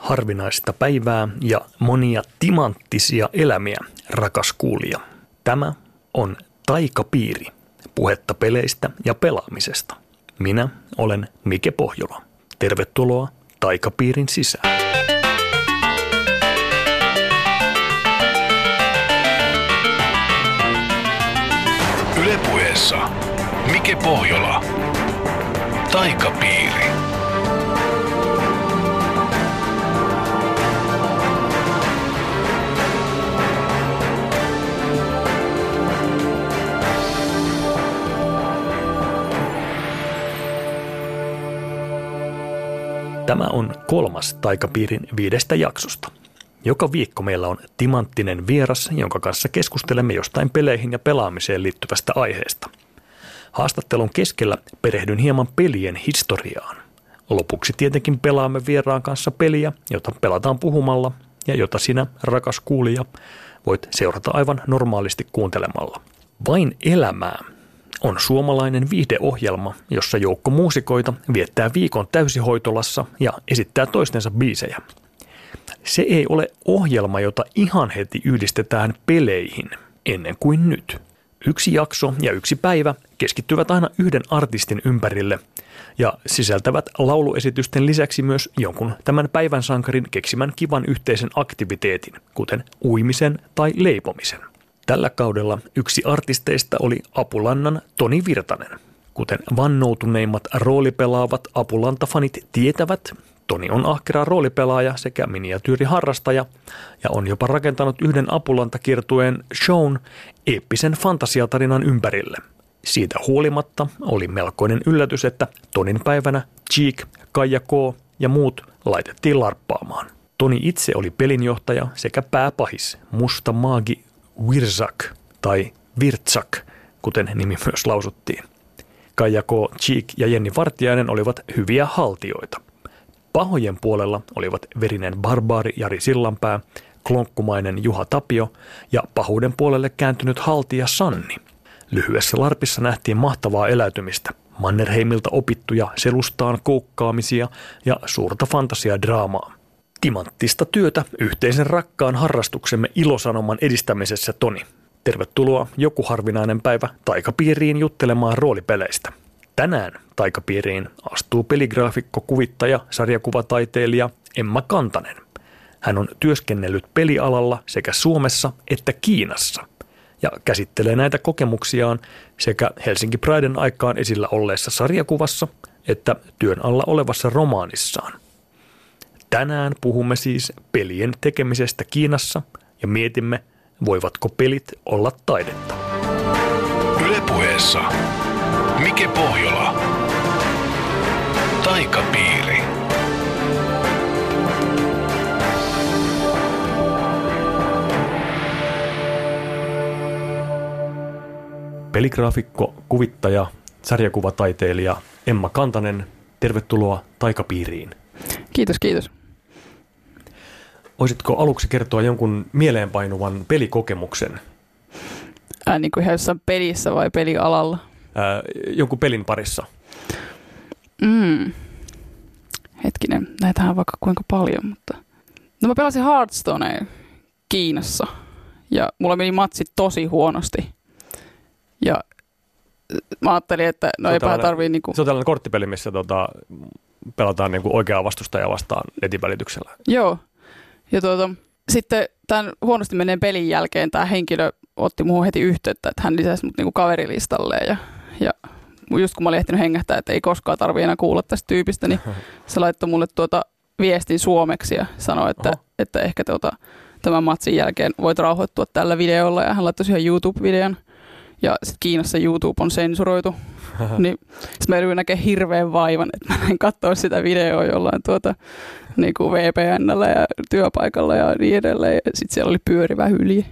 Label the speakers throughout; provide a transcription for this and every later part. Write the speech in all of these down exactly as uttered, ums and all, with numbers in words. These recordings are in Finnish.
Speaker 1: harvinaista päivää ja monia timanttisia elämiä, rakas kuulija. Tämä on Taikapiiri, puhetta peleistä ja pelaamisesta. Minä olen Mike Pohjola. Tervetuloa Taikapiirin sisään.
Speaker 2: Yle Puheessa Mike Pohjola. Taikapiiri.
Speaker 1: Tämä on kolmas Taikapiirin viidestä jaksosta. Joka viikko meillä on timanttinen vieras, jonka kanssa keskustelemme jostain peleihin ja pelaamiseen liittyvästä aiheesta. Haastattelun keskellä perehdyn hieman pelien historiaan. Lopuksi tietenkin pelaamme vieraan kanssa peliä, jota pelataan puhumalla ja jota sinä, rakas kuulija, voit seurata aivan normaalisti kuuntelemalla. Vain elämää on suomalainen viihdeohjelma, jossa joukko muusikoita viettää viikon täysihoitolassa ja esittää toistensa biisejä. Se ei ole ohjelma, jota ihan heti yhdistetään peleihin ennen kuin nyt. Yksi jakso ja yksi päivä keskittyvät aina yhden artistin ympärille ja sisältävät lauluesitysten lisäksi myös jonkun tämän päivän sankarin keksimän kivan yhteisen aktiviteetin, kuten uimisen tai leipomisen. Tällä kaudella yksi artisteista oli Apulannan Toni Virtanen. Kuten vannoutuneimmat roolipelaavat Apulanta-fanit tietävät, Toni on ahkera roolipelaaja sekä miniatyyriharrastaja ja on jopa rakentanut yhden Apulanta-kiertueen shown eeppisen fantasiatarinan ympärille. Siitä huolimatta oli melkoinen yllätys, että Tonin päivänä Cheek, Kaija K. ja muut laitettiin larppaamaan. Toni itse oli pelinjohtaja sekä pääpahis, musta maagi Virzak tai Virtsak, kuten nimi myös lausuttiin. Kaija K., Cheek ja Jenni Vartiainen olivat hyviä haltioita. Pahojen puolella olivat verinen barbaari Jari Sillanpää, klonkkumainen Juha Tapio ja pahuuden puolelle kääntynyt haltija Sanni. Lyhyessä larpissa nähtiin mahtavaa eläytymistä, Mannerheimilta opittuja selustaan koukkaamisia ja suurta fantasiadraamaa. Timanttista työtä yhteisen rakkaan harrastuksemme ilosanoman edistämisessä, Toni. Tervetuloa joku harvinainen päivä Taikapiiriin juttelemaan roolipeleistä. Tänään Taikapiiriin astuu peligraafikko, kuvittaja, sarjakuvataiteilija Emma Kantanen. Hän on työskennellyt pelialalla sekä Suomessa että Kiinassa ja käsittelee näitä kokemuksiaan sekä Helsinki Priden aikaan esillä olleessa sarjakuvassa että työn alla olevassa romaanissaan. Tänään puhumme siis pelien tekemisestä Kiinassa ja mietimme, voivatko pelit olla taidetta.
Speaker 2: Yle Puheessa Mike Pohjola. Taikapiiri.
Speaker 1: Peligraafikko, kuvittaja, sarjakuvataiteilija Emma Kantanen, tervetuloa Taikapiiriin.
Speaker 3: Kiitos, kiitos.
Speaker 1: Voisitko aluksi kertoa jonkun mieleenpainuvan pelikokemuksen?
Speaker 3: Ää, niin kuin ihan jossain pelissä vai pelialalla?
Speaker 1: Ää, jonkun pelin parissa.
Speaker 3: Mm. Hetkinen, näitähän on vaikka kuinka paljon, mutta... No mä pelasin Hearthstonea Kiinassa ja mulla meni matsit tosi huonosti. Ja mä ajattelin, että no eipä tarvii niinku...
Speaker 1: Se on tällainen korttipeli, missä tota, pelataan niinku oikeaa vastustajaa vastaan netin välityksellä.
Speaker 3: Joo. Ja tuota, sitten tämän huonosti menneen pelin jälkeen tämä henkilö otti muuhun heti yhteyttä, että hän lisäsi mut niinku kaverilistalleen. Ja, ja just kun mä olin ehtinyt hengähtää, että ei koskaan tarvitse enää kuulla tästä tyypistä, niin se laittoi mulle tuota viestin suomeksi ja sanoi, että, että ehkä tuota, tämän matsin jälkeen voit rauhoittua tällä videolla. Ja hän laittoi siihen YouTube-videon. Ja sitten Kiinassa YouTube on sensuroitu. Niin sitten mä yritin näkee hirveän vaivan, että mä en katsoa sitä videoa jollain tuota, niin kuin V P N:llä ja työpaikalla ja niin edelleen. Ja sitten siellä oli pyörivä hylje.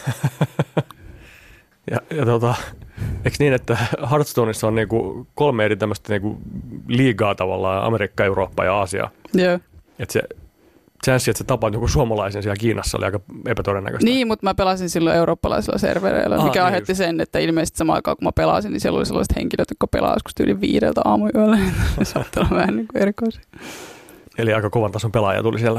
Speaker 1: ja ja tota, eikö niin, että Hearthstoneissa on niinku kolme eri tämmöistä niinku liigaa tavallaan, Amerikka, Eurooppa ja Aasia.
Speaker 3: Joo.
Speaker 1: Että se chanssi, että sä tapaat joku suomalaisen siellä Kiinassa, oli aika epätodennäköistä.
Speaker 3: Niin, mutta mä pelasin silloin eurooppalaisilla servereillä, ah, mikä niin aiheutti sen, että ilmeisesti samaan aikaan kun mä pelasin, niin siellä oli sellaiset henkilöt, jotka pelaa joskus yli viideltä aamuyöllä. Se saattaa olla vähän niin kuin erikoisia.
Speaker 1: Eli aika kovan tason pelaaja tuli siellä.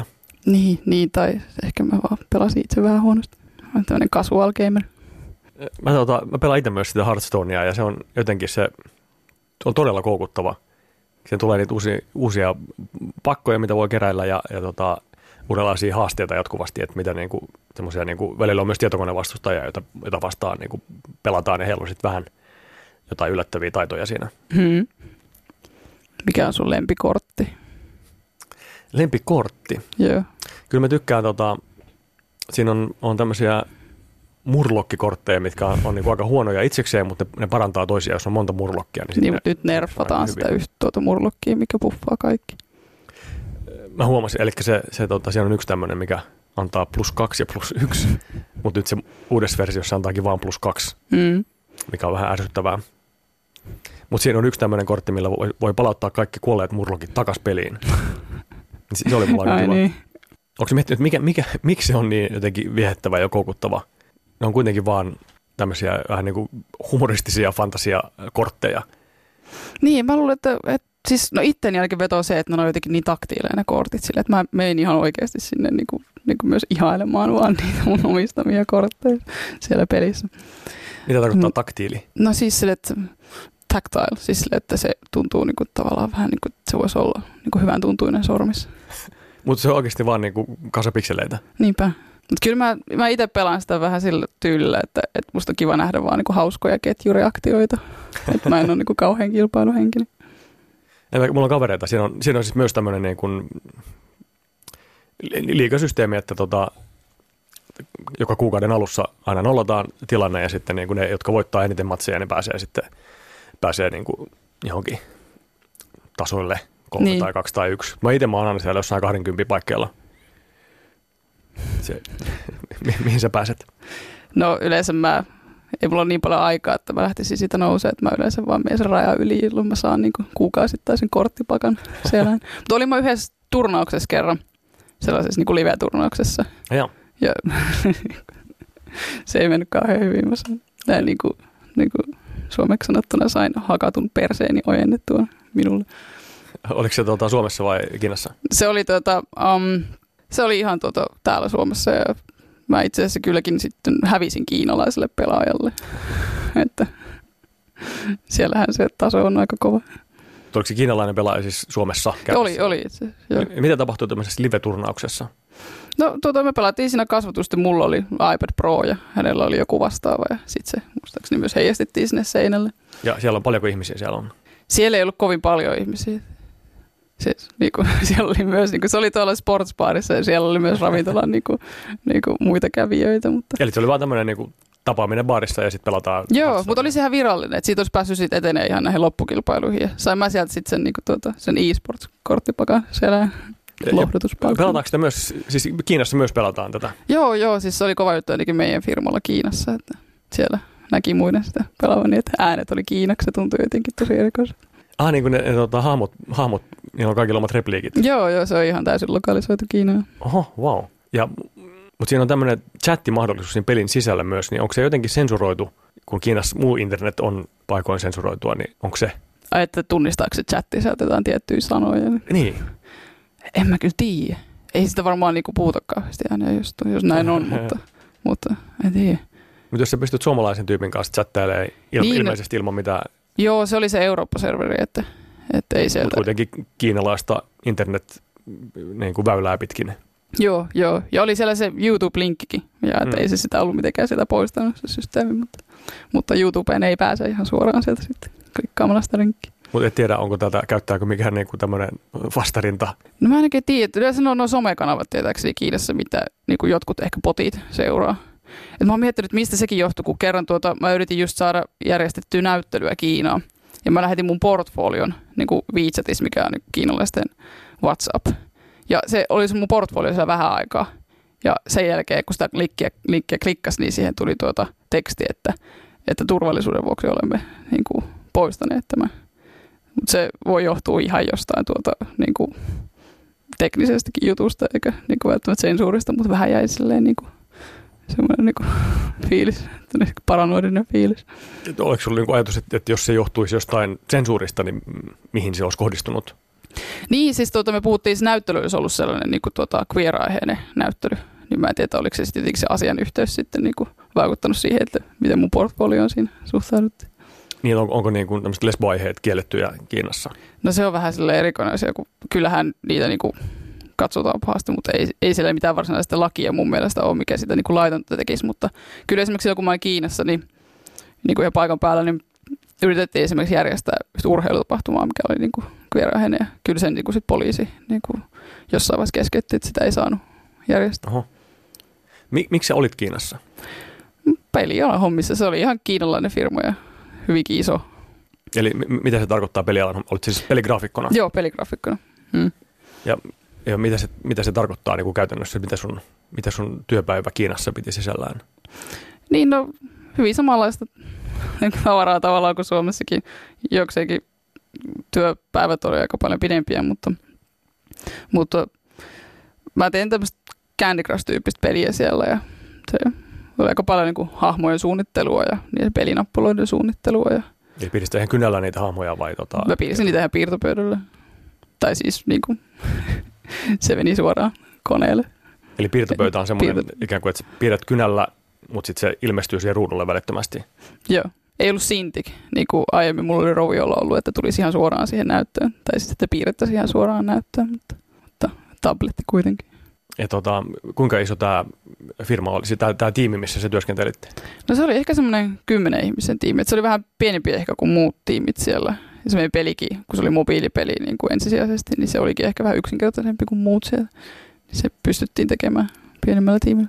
Speaker 3: Niin, niin, tai ehkä mä vaan pelasin itse vähän huonosti. Mä olen tämmöinen casual gamer.
Speaker 1: Mä, tota, mä pelaan itse myös sitä Hearthstonea ja se on jotenkin se on todella koukuttava. Siihen tulee niitä uusia, uusia pakkoja, mitä voi keräillä ja, ja tota, uudenlaisia haasteita jatkuvasti, että mitä niinku, semmoisia niinku, välillä on myös tietokonevastustajia, joita, joita vastaan niinku, pelataan ja heillä on sitten vähän jotain yllättäviä taitoja siinä.
Speaker 3: Hmm. Mikä on sun lempikortti?
Speaker 1: Lempikortti?
Speaker 3: Joo.
Speaker 1: Kyllä mä tykkään, tota, siinä on, on tämmöisiä murlokkikortteja, mitkä on, on niinku aika huonoja itsekseen, mutta ne parantaa toisiaan, jos on monta murlokkia. Niin,
Speaker 3: niin mutta nyt nerfataan sitä yhtä tuota murlokkia, mikä buffaa kaikki.
Speaker 1: Mä huomasin, eli se, se tota, siinä on yksi tämmöinen, mikä antaa plus kaksi ja plus yksi, mutta nyt se uudessa versiossa antaakin vaan plus kaksi, mm. mikä on vähän ärsyttävää. Mutta siinä on yksi tämmöinen kortti, millä voi, voi palauttaa kaikki kuolleet murlokit takas peliin. Se oli mulla aika kiva. Niin. Onko se miettinyt, mikä, mikä, miksi se on niin jotenkin viehättävä ja koukuttava? Ne on kuitenkin vaan tämmöisiä vähän niin kuin humoristisia fantasiakortteja. Niin, mä luulen, että, että siis, no itteni ainakin vetoo se, että ne on jotenkin niin taktiileja ne kortit sille, että mä menin ihan oikeasti sinne niin kuin, niin kuin myös ihailemaan vaan niitä mun omistamia kortteja siellä pelissä. Mitä tarkoittaa mm. taktiili? No siis sille, että tactile, siis sille, että se tuntuu niin kuin, tavallaan vähän niin kuin, että se voisi olla niin kuin hyvän tuntuinen sormissa. Mutta se on oikeasti vaan niin kuin kasapikseleitä. Niinpä. Mutta kyllä mä, mä itse pelaan sitä vähän sillä tyylillä, että, että musta on kiva nähdä vaan niinku hauskoja ketjureaktioita. Että mä en ole niinku kauhean kilpailuhenkinen. Mulla on kavereita. Siinä on, siinä on siis myös tämmöinen niin kuin liigasysteemi, että tota, joka kuukauden alussa aina nollataan tilanne ja sitten niin kuin ne, jotka voittaa eniten matseja, ne pääsee sitten pääsee niin kuin johonkin tasoille kolme niin. tai kaksi tai yksi. Mä itse mä oon aina siellä jossain kaksikymmentä paikkeilla. Se, mi- mihin sä pääset? No yleensä mä, ei mulla ole niin paljon aikaa, että mä lähtisin siitä nousemaan, että mä yleensä vaan menen sen rajan yli, jolloin mä saan niin kuin kuukausittaisen korttipakan siellä. Mutta olin mä yhdessä turnauksessa kerran, sellaisessa niin kuin live-turnauksessa. Ja, ja se ei mennyt kauhean hyvin. Mä sain, näin niin kuin, niin kuin suomeksi sanottuna sain hakatun perseeni ojennettua minulle. Oliko se tuota, Suomessa vai Kiinassa? Se oli tuota... Um, Se oli ihan tuota, täällä Suomessa ja mä itse asiassa kylläkin sitten hävisin kiinalaiselle pelaajalle, että siellähän se taso on aika kova. Oliko se kiinalainen pelaaja siis Suomessa käytössä? Oli, oli itse asiassa. Mitä tapahtui tämmöisessä live-turnauksessa? No tuota, me pelattiin siinä kasvatusti, mulla oli iPad Pro ja hänellä oli joku vastaava ja sitten se muistaakseni myös heijastettiin sinne seinälle. Ja siellä on paljonko ihmisiä siellä on? Siellä ei ollut kovin paljon ihmisiä. Se, niinku, siellä oli myös, niinku, se oli tuolla sportsbaarissa ja siellä oli myös ravintolan niinku, niinku, muita kävijöitä. Mutta. Eli se oli vaan tämmöinen niinku, tapaaminen baarissa ja sitten pelataan. Joo, mutta oli se ihan virallinen, että siitä olisi päässyt sit etenee ihan näihin loppukilpailuihin. Ja sain mä sieltä sitten sen, niinku, tuota, sen e-sports-korttipakan siellä lohdutuspakan. Pelataanko sitä myös, siis Kiinassa myös pelataan tätä? Joo, joo, siis se oli kova juttu ainakin meidän firmalla Kiinassa, että siellä näki muiden sitä pelaavan niin, että äänet oli kiinaksi, se tuntui jotenkin tosi erikoiselta. Ah, niin kuin ne, ne tota, hahmot, hahmot, niillä on kaikilla omat repliikit. Joo, joo, se on ihan täysin lokalisoitu Kiinaan. Oho, wow. Ja, mutta siinä on tämmöinen chattimahdollisuus siinä pelin sisällä myös, niin onko se jotenkin sensuroitu, kun Kiinassa muu internet on paikoin sensuroitua, niin onko se? Ai, että tunnistaako se chatti, se otetaan tiettyjä sanoja. Niin. En mä kyllä tiedä. Ei sitä varmaan niinku puhuta kauheasti aina, jos, jos näin on, mutta, mutta en tiedä. Mutta jos sä pystyt suomalaisen tyypin kanssa chattailemaan il- niin, ilmeisesti ilman mitään. Joo, se oli se Eurooppa-serveri, että, että ei sieltä. Mutta kuitenkin kiinalaista internet-väylää pitkin. Joo, joo. Ja oli siellä se YouTube-linkkikin, ja että mm. ei se sitä ollut mitenkään sitä poistanut se systeemi, mutta, mutta YouTubeen ei pääse ihan suoraan sieltä sitten klikkaamalla sitä linkkiä. Mutta et tiedä, onko tätä, käyttääkö mikään niinku tämmöinen vastarinta? No mä ainakin tiedän, että yleensä on nuo somekanavat tietääkseni Kiinassa, mitä niinku jotkut ehkä potit seuraa. Et mä oon miettinyt, mistä sekin johtui, kun kerran tuota, mä yritin just saada järjestettyä näyttelyä Kiinaan. Ja mä lähetin mun portfolion niin kuin WeChatissa, mikä on niin kiinalaisten WhatsApp. Ja se oli se mun portfolio siellä vähän aikaa. Ja sen jälkeen, kun sitä linkkiä, linkkiä klikkasi, niin siihen tuli tuota teksti, että, että turvallisuuden vuoksi olemme niin kuin poistaneet tämän. Mutta se voi johtua ihan jostain tuota, niin kuin teknisestikin jutusta, eikä niin kuin välttämättä sensuurista, mutta vähän jäi silleen niin kuin semmoinen niinku fiilis, paranoidinen fiilis. Oliko sinulla niinku ajatus, että, että jos se johtuisi jostain sensuurista, niin mihin se olisi kohdistunut?
Speaker 3: Niin, siis tuota, me puhuttiin, että näyttely olisi ollut sellainen niin kuin, tuota, queer-aiheinen näyttely. Niin mä en tiedä, oliko se sitten se asian yhteys sitten niin kuin, vaikuttanut siihen, että miten mun portfolioon siinä suhtauduttiin.
Speaker 1: Niin, on, onko niin kuin tämmöiset lesboaiheet kiellettyjä Kiinassa?
Speaker 3: No se on vähän silleen erikoinen asia, kun kyllähän niitä niin kuin katsotaan pahasti, mutta ei, ei siellä mitään varsinaista lakia mun mielestä ole, mikä sitä niin kuin laitonta tekisi. Mutta kyllä esimerkiksi silloin, kun mä olin Kiinassa, niin, niin kuin ihan paikan päällä, niin yritettiin esimerkiksi järjestää urheilutapahtumaa, mikä oli niin kuin queer-aiheinen. Ja kyllä sen niin kuin sit poliisi niin kuin jossain vaiheessa keskeytti, että sitä ei saanut järjestää.
Speaker 1: Oho. Miksi sä olit Kiinassa?
Speaker 3: Pelialan hommissa. Se oli ihan kiinalainen firma ja hyvinkin iso.
Speaker 1: Eli m- mitä se tarkoittaa pelialan? Olit siis peligraafikkona?
Speaker 3: Joo, peligraafikkona. Hmm.
Speaker 1: Ja, ja mitä, se, mitä se tarkoittaa niin kuin käytännössä? Mitä sun, mitä sun työpäivä Kiinassa piti sisällään?
Speaker 3: Niin, no hyvin samanlaista tavaraa tavallaan kuin Suomessakin. Jokseenkin työpäivät oli aika paljon pidempiä, mutta, mutta mä tein tämmöistä Candy Crush-tyyppistä peliä siellä ja se oli aika paljon niin kuin hahmojen suunnittelua ja niiden pelinappuloiden suunnittelua. Ja
Speaker 1: eli pidisit ihan kynällä niitä hahmoja vai? Tota,
Speaker 3: mä pidisin niitä ihan piirtopöydälle. Tai siis niin kuin, se meni suoraan koneelle.
Speaker 1: Eli piirtopöytä on semmoinen
Speaker 3: Piirto...
Speaker 1: ikään kuin, että sä piirrät kynällä, mutta sitten se ilmestyy siihen ruudulle välittömästi.
Speaker 3: Joo. Ei ollut Cintiq, niin kuin aiemmin mulla oli Roviolla ollut, että tulisi ihan suoraan siihen näyttöön. Tai sitten, että piirrettäisiin ihan suoraan näyttöön, mutta, mutta tabletti kuitenkin.
Speaker 1: Ja tota, kuinka iso tämä firma oli, tämä, tämä tiimi, missä se työskentelitte?
Speaker 3: No se oli ehkä semmoinen kymmenen ihmisen tiimi. Että se oli vähän pienempi ehkä kuin muut tiimit siellä. Ja se meidän pelikin, kun se oli mobiilipeli niin kuin ensisijaisesti, niin se olikin ehkä vähän yksinkertaisempi kuin muut siellä. Niin se pystyttiin tekemään pienemmällä tiimillä.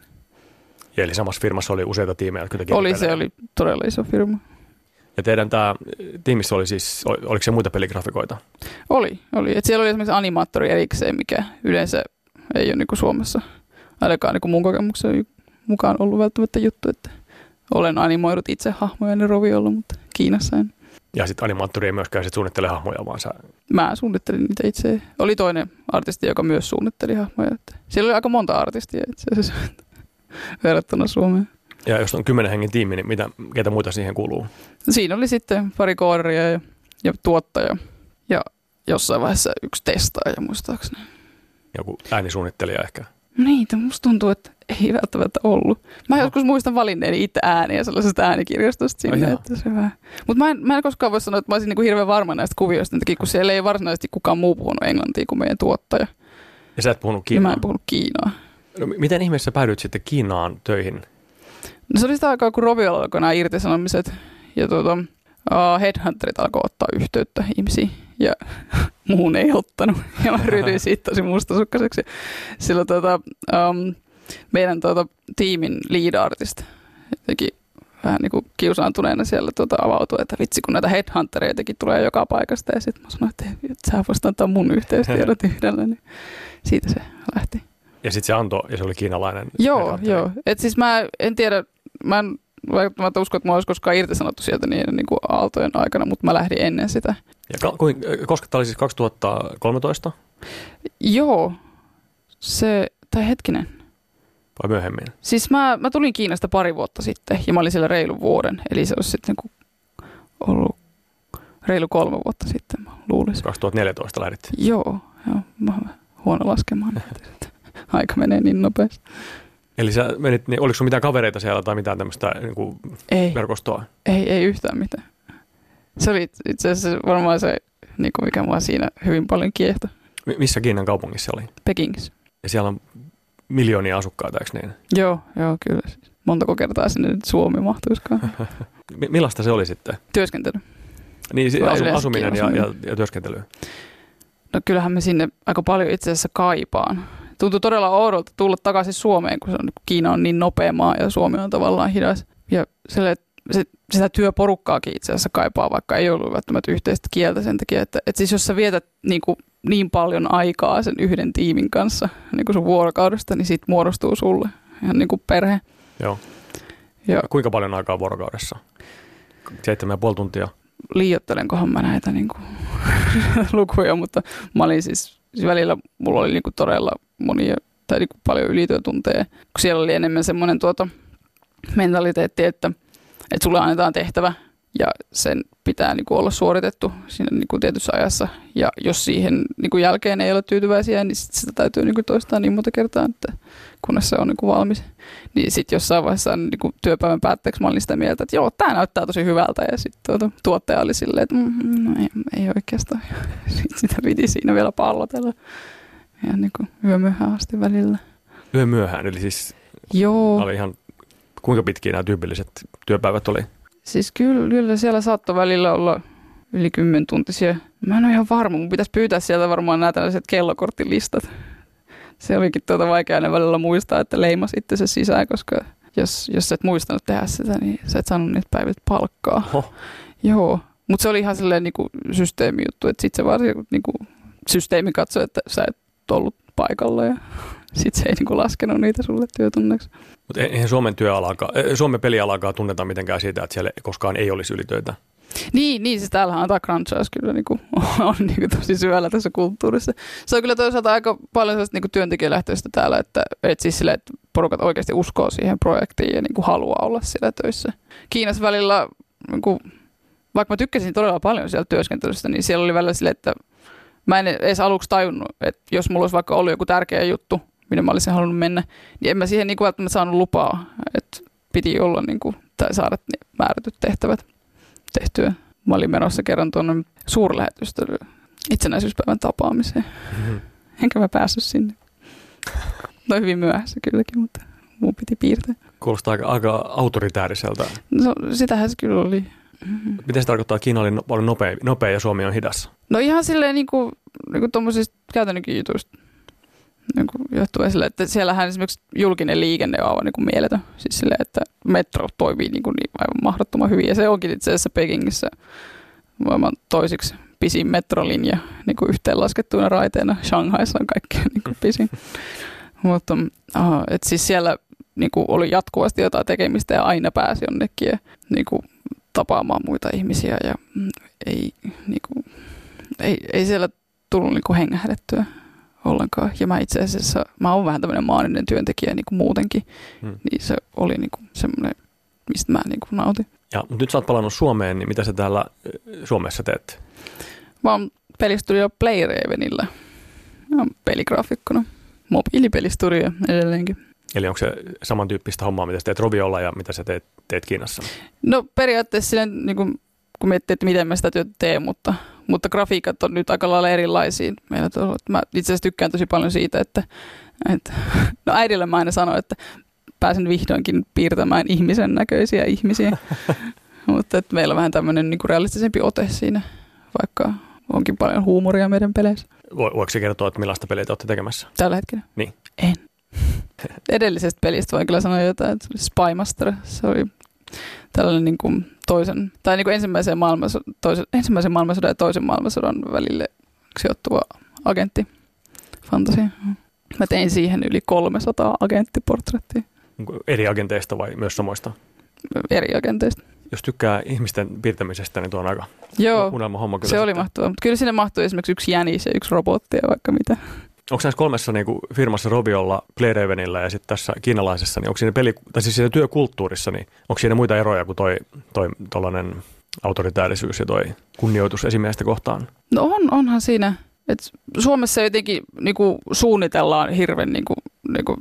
Speaker 1: Ja eli samassa firmassa oli useita tiimejä, jotka teki
Speaker 3: Oli,
Speaker 1: pelejä.
Speaker 3: se oli todella iso firma.
Speaker 1: Ja teidän tämä tiimissä oli siis, oliko se muita peligrafikoita?
Speaker 3: Oli, oli. Et siellä oli esimerkiksi animaattori erikseen, mikä yleensä ei ole niin kuin Suomessa, ainakaan niin kuin mun kokemuksen mukaan ollut välttämättä juttu, että olen animoidut itse hahmoja Roviolla, mutta Kiinassa en.
Speaker 1: Ja sitten animaattori ei myöskään sit suunnittele hahmoja, vaan sä...
Speaker 3: Mä suunnittelin niitä itse. Oli toinen artisti, joka myös suunnitteli hahmoja. Että siellä oli aika monta artistia itse asiassa verrattuna Suomeen.
Speaker 1: Ja jos on kymmenen hengen tiimi, niin mitä, ketä muita siihen kuuluu?
Speaker 3: Siinä oli sitten pari koodaria ja, ja tuottaja ja jossain vaiheessa yksi testaaja muistaakseni.
Speaker 1: Joku äänisuunnittelija ehkä.
Speaker 3: Niin, musta tuntuu, että ei välttämättä ollut. Mä joskus muistan valinneeni itse ääniä sellaisesta äänikirjastosta sinne.
Speaker 1: Oh,
Speaker 3: että se vähän. Mutta mä, mä en koskaan voi sanoa, että mä olisin niinku hirveän varma näistä kuvioista, kun siellä ei varsinaisesti kukaan muu puhunut englantia kuin meidän tuottaja.
Speaker 1: Ja sä et puhunut
Speaker 3: Kiinaa? Ja mä
Speaker 1: Kiinaa?
Speaker 3: en puhunut Kiinaa.
Speaker 1: No, miten ihmeessä päädyit sitten Kiinaan töihin?
Speaker 3: No se oli sitä aikaa, kun Roviolla alkoi nämä irtisanomiset ja tuota, uh, headhunterit alkoi ottaa yhteyttä ihmisiin ja muun ei ottanut. Ja mä ryhdyin siitä tosi mustasukkaseksi. Silloin tuota, um, meidän tuota, tiimin lead artist jotenkin vähän niin kuin kiusaantuneena siellä tuota, avautui, että vitsi kun näitä headhuntereitakin tulee joka paikasta. Ja sitten mä sanoin, että, että sä voisit antaa mun yhteystiedot yhdellä. Niin siitä se lähti.
Speaker 1: Ja sitten se antoi, ja se oli kiinalainen.
Speaker 3: Joo, joo. Et siis mä en tiedä, mä en välttämättä usko, että mä olisi koskaan irtisanottu sieltä niiden niin kuin aaltojen aikana, mutta mä lähdin ennen sitä.
Speaker 1: Ja koska tämä oli siis kaksituhattakolmetoista?
Speaker 3: Joo, se, tai hetkinen.
Speaker 1: Vai myöhemmin?
Speaker 3: Siis mä, mä tulin Kiinasta pari vuotta sitten ja mä olin siellä reilun vuoden, eli se olisi sitten niin ollut reilu kolme vuotta sitten, mä luulisin.
Speaker 1: kaksituhattaneljätoista lähdit?
Speaker 3: Joo, joo, mä olen huono laskemaan. Aika menee niin nopeasti.
Speaker 1: Eli sä menit, niin oliko sun mitään kavereita siellä tai mitään tämmöistä niin kuin
Speaker 3: ei,
Speaker 1: verkostoa?
Speaker 3: Ei, ei yhtään mitään. Se oli itse asiassa varmaan se, niin kuin mikä mua siinä hyvin paljon kiehto.
Speaker 1: M- missä Kiinan kaupungissa oli?
Speaker 3: Pekingissä.
Speaker 1: Ja siellä on miljoonia asukkaita, eikö niin?
Speaker 3: Joo, joo, kyllä. Montako kertaa sinne nyt Suomi mahtuisikaan.
Speaker 1: M- millaista se oli sitten?
Speaker 3: Työskentely.
Speaker 1: Niin, se asu, asuminen ja, ja, ja työskentely.
Speaker 3: No kyllähän me sinne aika paljon itse asiassa kaipaan. Tuntuu todella oudolta tulla takaisin Suomeen, kun se on, Kiina on niin nopea maa ja Suomi on tavallaan hidas. Ja sille, se, sitä työporukkaakin itse asiassa kaipaa, vaikka ei ollut välttämättä yhteistä kieltä sen takia. Että, että siis jos sä vietät niin, kuin, niin paljon aikaa sen yhden tiimin kanssa niin kuin sun vuorokaudesta, niin siitä muodostuu sulle ihan niin kuin perhe.
Speaker 1: Joo.
Speaker 3: Ja
Speaker 1: kuinka paljon aikaa vuorokaudessa? Seitsemän ja puoli tuntia?
Speaker 3: Liioittelenkohan mä näitä niin kuin, lukuja, mutta mä olin siis, siis välillä mulla oli niin kuin todella monia tai niin kuin paljon ylityötunteja, kun siellä oli enemmän semmoinen tuota mentaliteetti, että, että sulle annetaan tehtävä ja sen pitää niin kuin olla suoritettu siinä niin kuin tietyssä ajassa. Ja jos siihen niin kuin jälkeen ei ole tyytyväisiä, niin sit sitä täytyy niin kuin toistaa niin monta kertaa, että kunnes se on niin kuin valmis. Niin sitten jossain vaiheessa niin kuin työpäivän päätteeksi mä olin sitä mieltä, että joo, tämä näyttää tosi hyvältä. Ja sitten tuota, tuottaja oli silleen, että mm, no ei, ei oikeastaan. Sitten sitä piti siinä vielä pallotella. Ja niin kuin yömyöhään asti välillä.
Speaker 1: Yömyöhään, eli siis
Speaker 3: joo.
Speaker 1: Oli ihan, kuinka pitkiä nämä tyypilliset työpäivät oli?
Speaker 3: Siis kyllä, kyllä siellä saattoi välillä olla yli kymmentuntisia. Mä en ole ihan varma, mun pitäisi pyytää sieltä varmaan nämä tällaiset kellokorttilistat. Se olikin tuota vaikea ne välillä muistaa, että leimas itsensä sisään, koska jos, jos et muistanut tehdä sitä, niin sä et saanut niitä päivät palkkaa. Oho. Joo, mutta se oli ihan silleen niinku systeemijuttu, että sitten se vaan niinku systeemi katsoi, että sä et ollut paikalla ja sitten se ei niinku laskenut niitä sulle työtunneksi.
Speaker 1: Mutta eihän Suomen, työalakaan, Suomen pelialakaan tunneta mitenkään siitä, että siellä koskaan ei olisi ylitöitä.
Speaker 3: Niin, niin siis täällähän antaa crunchaus kyllä niinku, on niinku tosi syvällä tässä kulttuurissa. Se on kyllä toisaalta aika paljon sellaista niinku työntekijälähtöistä täällä, että, et siis sille, että porukat oikeasti uskoo siihen projektiin ja niinku haluaa olla siellä töissä. Kiinassa välillä, niinku, vaikka mä tykkäsin todella paljon siellä työskentelystä, niin siellä oli välillä silleen, että mä en edes aluksi tajunnut, että jos mulla olisi vaikka ollut joku tärkeä juttu, minne mä olisin halunnut mennä, niin en mä siihen niinku välttämättä saanut lupaa, että piti olla niinku, tai saada määrätyt tehtävät tehtyä. Mä olin menossa kerran tuonne suurlähetystöön itsenäisyyspäivän tapaamiseen. Mm-hmm. Enkä mä päässyt sinne. No hyvin myöhässä kylläkin, mutta mun piti piirtää.
Speaker 1: Kuulostaa aika, aika autoritääriseltä.
Speaker 3: No sitähän se kyllä oli.
Speaker 1: Mm-hmm. Miten se tarkoittaa, että Kiina oli paljon nopea, nopea ja Suomi on hidas?
Speaker 3: No ihan silleen niin kuin, niin kuin tuommoisista käytännönkin jutuista. Niin johtuu esille, että siellähän esimerkiksi julkinen liikenne on aivan niin kuin mieletön. Siis silleen, että metro toimii niin kuin niin aivan mahdottoman hyvin. Ja se onkin itse asiassa Pekingissä maailman toisiksi pisin metrolinja niin kuin yhteenlaskettuina raiteina. Shanghaissa on kaikkein niin kuin pisin. Mutta uh, et siis siellä niin kuin oli jatkuvasti jotain tekemistä ja aina pääsi jonnekin ja, niin kuin, tapaamaan muita ihmisiä. Ja mm, ei, niin kuin, ei, ei siellä tullut niin kuin hengähdettyä ollenkaan. Ja mä itse asiassa, mä oon vähän tämmöinen maaninen työntekijä niin kuin muutenkin, hmm. niin se oli niin kuin semmoinen, mistä mä niin kuin nautin.
Speaker 1: Ja, mutta nyt sä oot palannut Suomeen, niin mitä sä täällä Suomessa teet?
Speaker 3: Mä oon pelistudio Playravenillä. Mä oon peligraafikkona. Mobiilipelistudio edelleenkin.
Speaker 1: Eli onko se samantyyppistä hommaa, mitä sä teet Roviolla ja mitä sä teet, teet Kiinassa?
Speaker 3: No periaatteessa silleen, niin kuin, kun miettii, että miten mä sitä työtä teen, mutta Mutta grafiikat on nyt aika lailla erilaisia. Meillä tuolla, mä itse asiassa tykkään tosi paljon siitä, että, että no äidille mä aina sanon, että pääsen vihdoinkin piirtämään ihmisen näköisiä ihmisiä. Mutta että meillä on vähän tämmöinen niin kuin realistisempi ote siinä, vaikka onkin paljon huumoria meidän peleissä.
Speaker 1: Voiko se kertoa, että millaista peliä te olette tekemässä?
Speaker 3: Tällä hetkellä?
Speaker 1: Niin.
Speaker 3: En. Edellisestä pelistä voin kyllä sanoa jotain, että se oli Spymaster. Se oli tällainen niin kuin toisen, tai niin kuin ensimmäisen, maailmansodan, toisen, ensimmäisen maailmansodan ja toisen maailmansodan välille sijoittuva agentti fantasia. Mä tein siihen yli kolmesataa agenttiportrettia.
Speaker 1: Eri agenteista vai myös samoista?
Speaker 3: Eri agenteista.
Speaker 1: Jos tykkää ihmisten piirtämisestä, niin tuo on aika
Speaker 3: Joo,
Speaker 1: unelma homma. Kyllä
Speaker 3: se
Speaker 1: sitten
Speaker 3: oli mahtavaa, mutta kyllä sinne mahtui esimerkiksi yksi jänis ja yksi robotti ja vaikka mitä.
Speaker 1: Onko näissä kolmessa niin kuin firmassa Roviolla, Playravenillä ja sitten tässä kiinalaisessa, niin onko siinä, peli, tai siis siinä työkulttuurissa, niin onko siinä muita eroja kuin toi, toi tollainen autoritäärisyys ja toi kunnioitus esimiestä kohtaan?
Speaker 3: No on, onhan siinä. Et Suomessa jotenkin niinku suunnitellaan hirveän niinku, niinku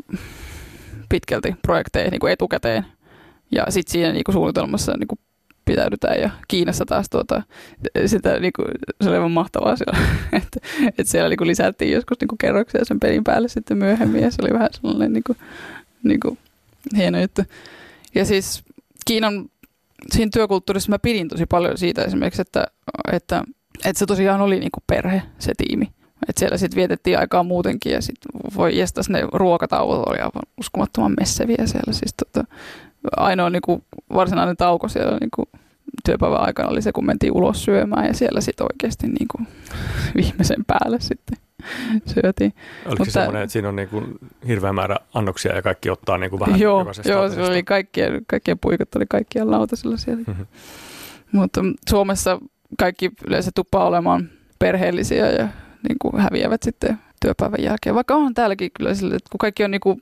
Speaker 3: pitkälti projekteja niinku etukäteen ja sitten siinä niinku suunnitelmassa niinku pitäydytään ja Kiinassa taas tuota, sitä, niinku, se oli aivan mahtavaa siellä, että, että siellä niinku lisättiin joskus niinku kerroksia sen pelin päälle sitten myöhemmin ja se oli vähän sellainen niinku, niinku, hieno juttu. Ja siis Kiinan siinä työkulttuurissa mä pidin tosi paljon siitä esimerkiksi, että, että, että se tosiaan oli niinku perhe, se tiimi. Että siellä sitten vietettiin aikaa muutenkin ja sitten voi jestas ne ruokatauot oli aivan uskomattoman messeviä siellä. Siis tota, ainoa niinku varsinainen tauko siellä niinku työpäivän aikana oli se, kun mentiin ulos syömään ja siellä sitten oikeasti niinku viimeisen päälle sitten syötiin.
Speaker 1: Oliko se semmoinen, että siinä on niinku hirveä määrä annoksia ja kaikki ottaa niinku vähän
Speaker 3: joo,
Speaker 1: jokaisesta?
Speaker 3: Joo, se oli kaikkien, kaikkien puikat oli kaikkien lautasilla siellä. Mm-hmm. Mutta Suomessa kaikki yleensä tuppaa olemaan perheellisiä ja niinku häviävät sitten työpäivän jälkeen. Vaikka on täälläkin kyllä sille, että kun kaikki on niinku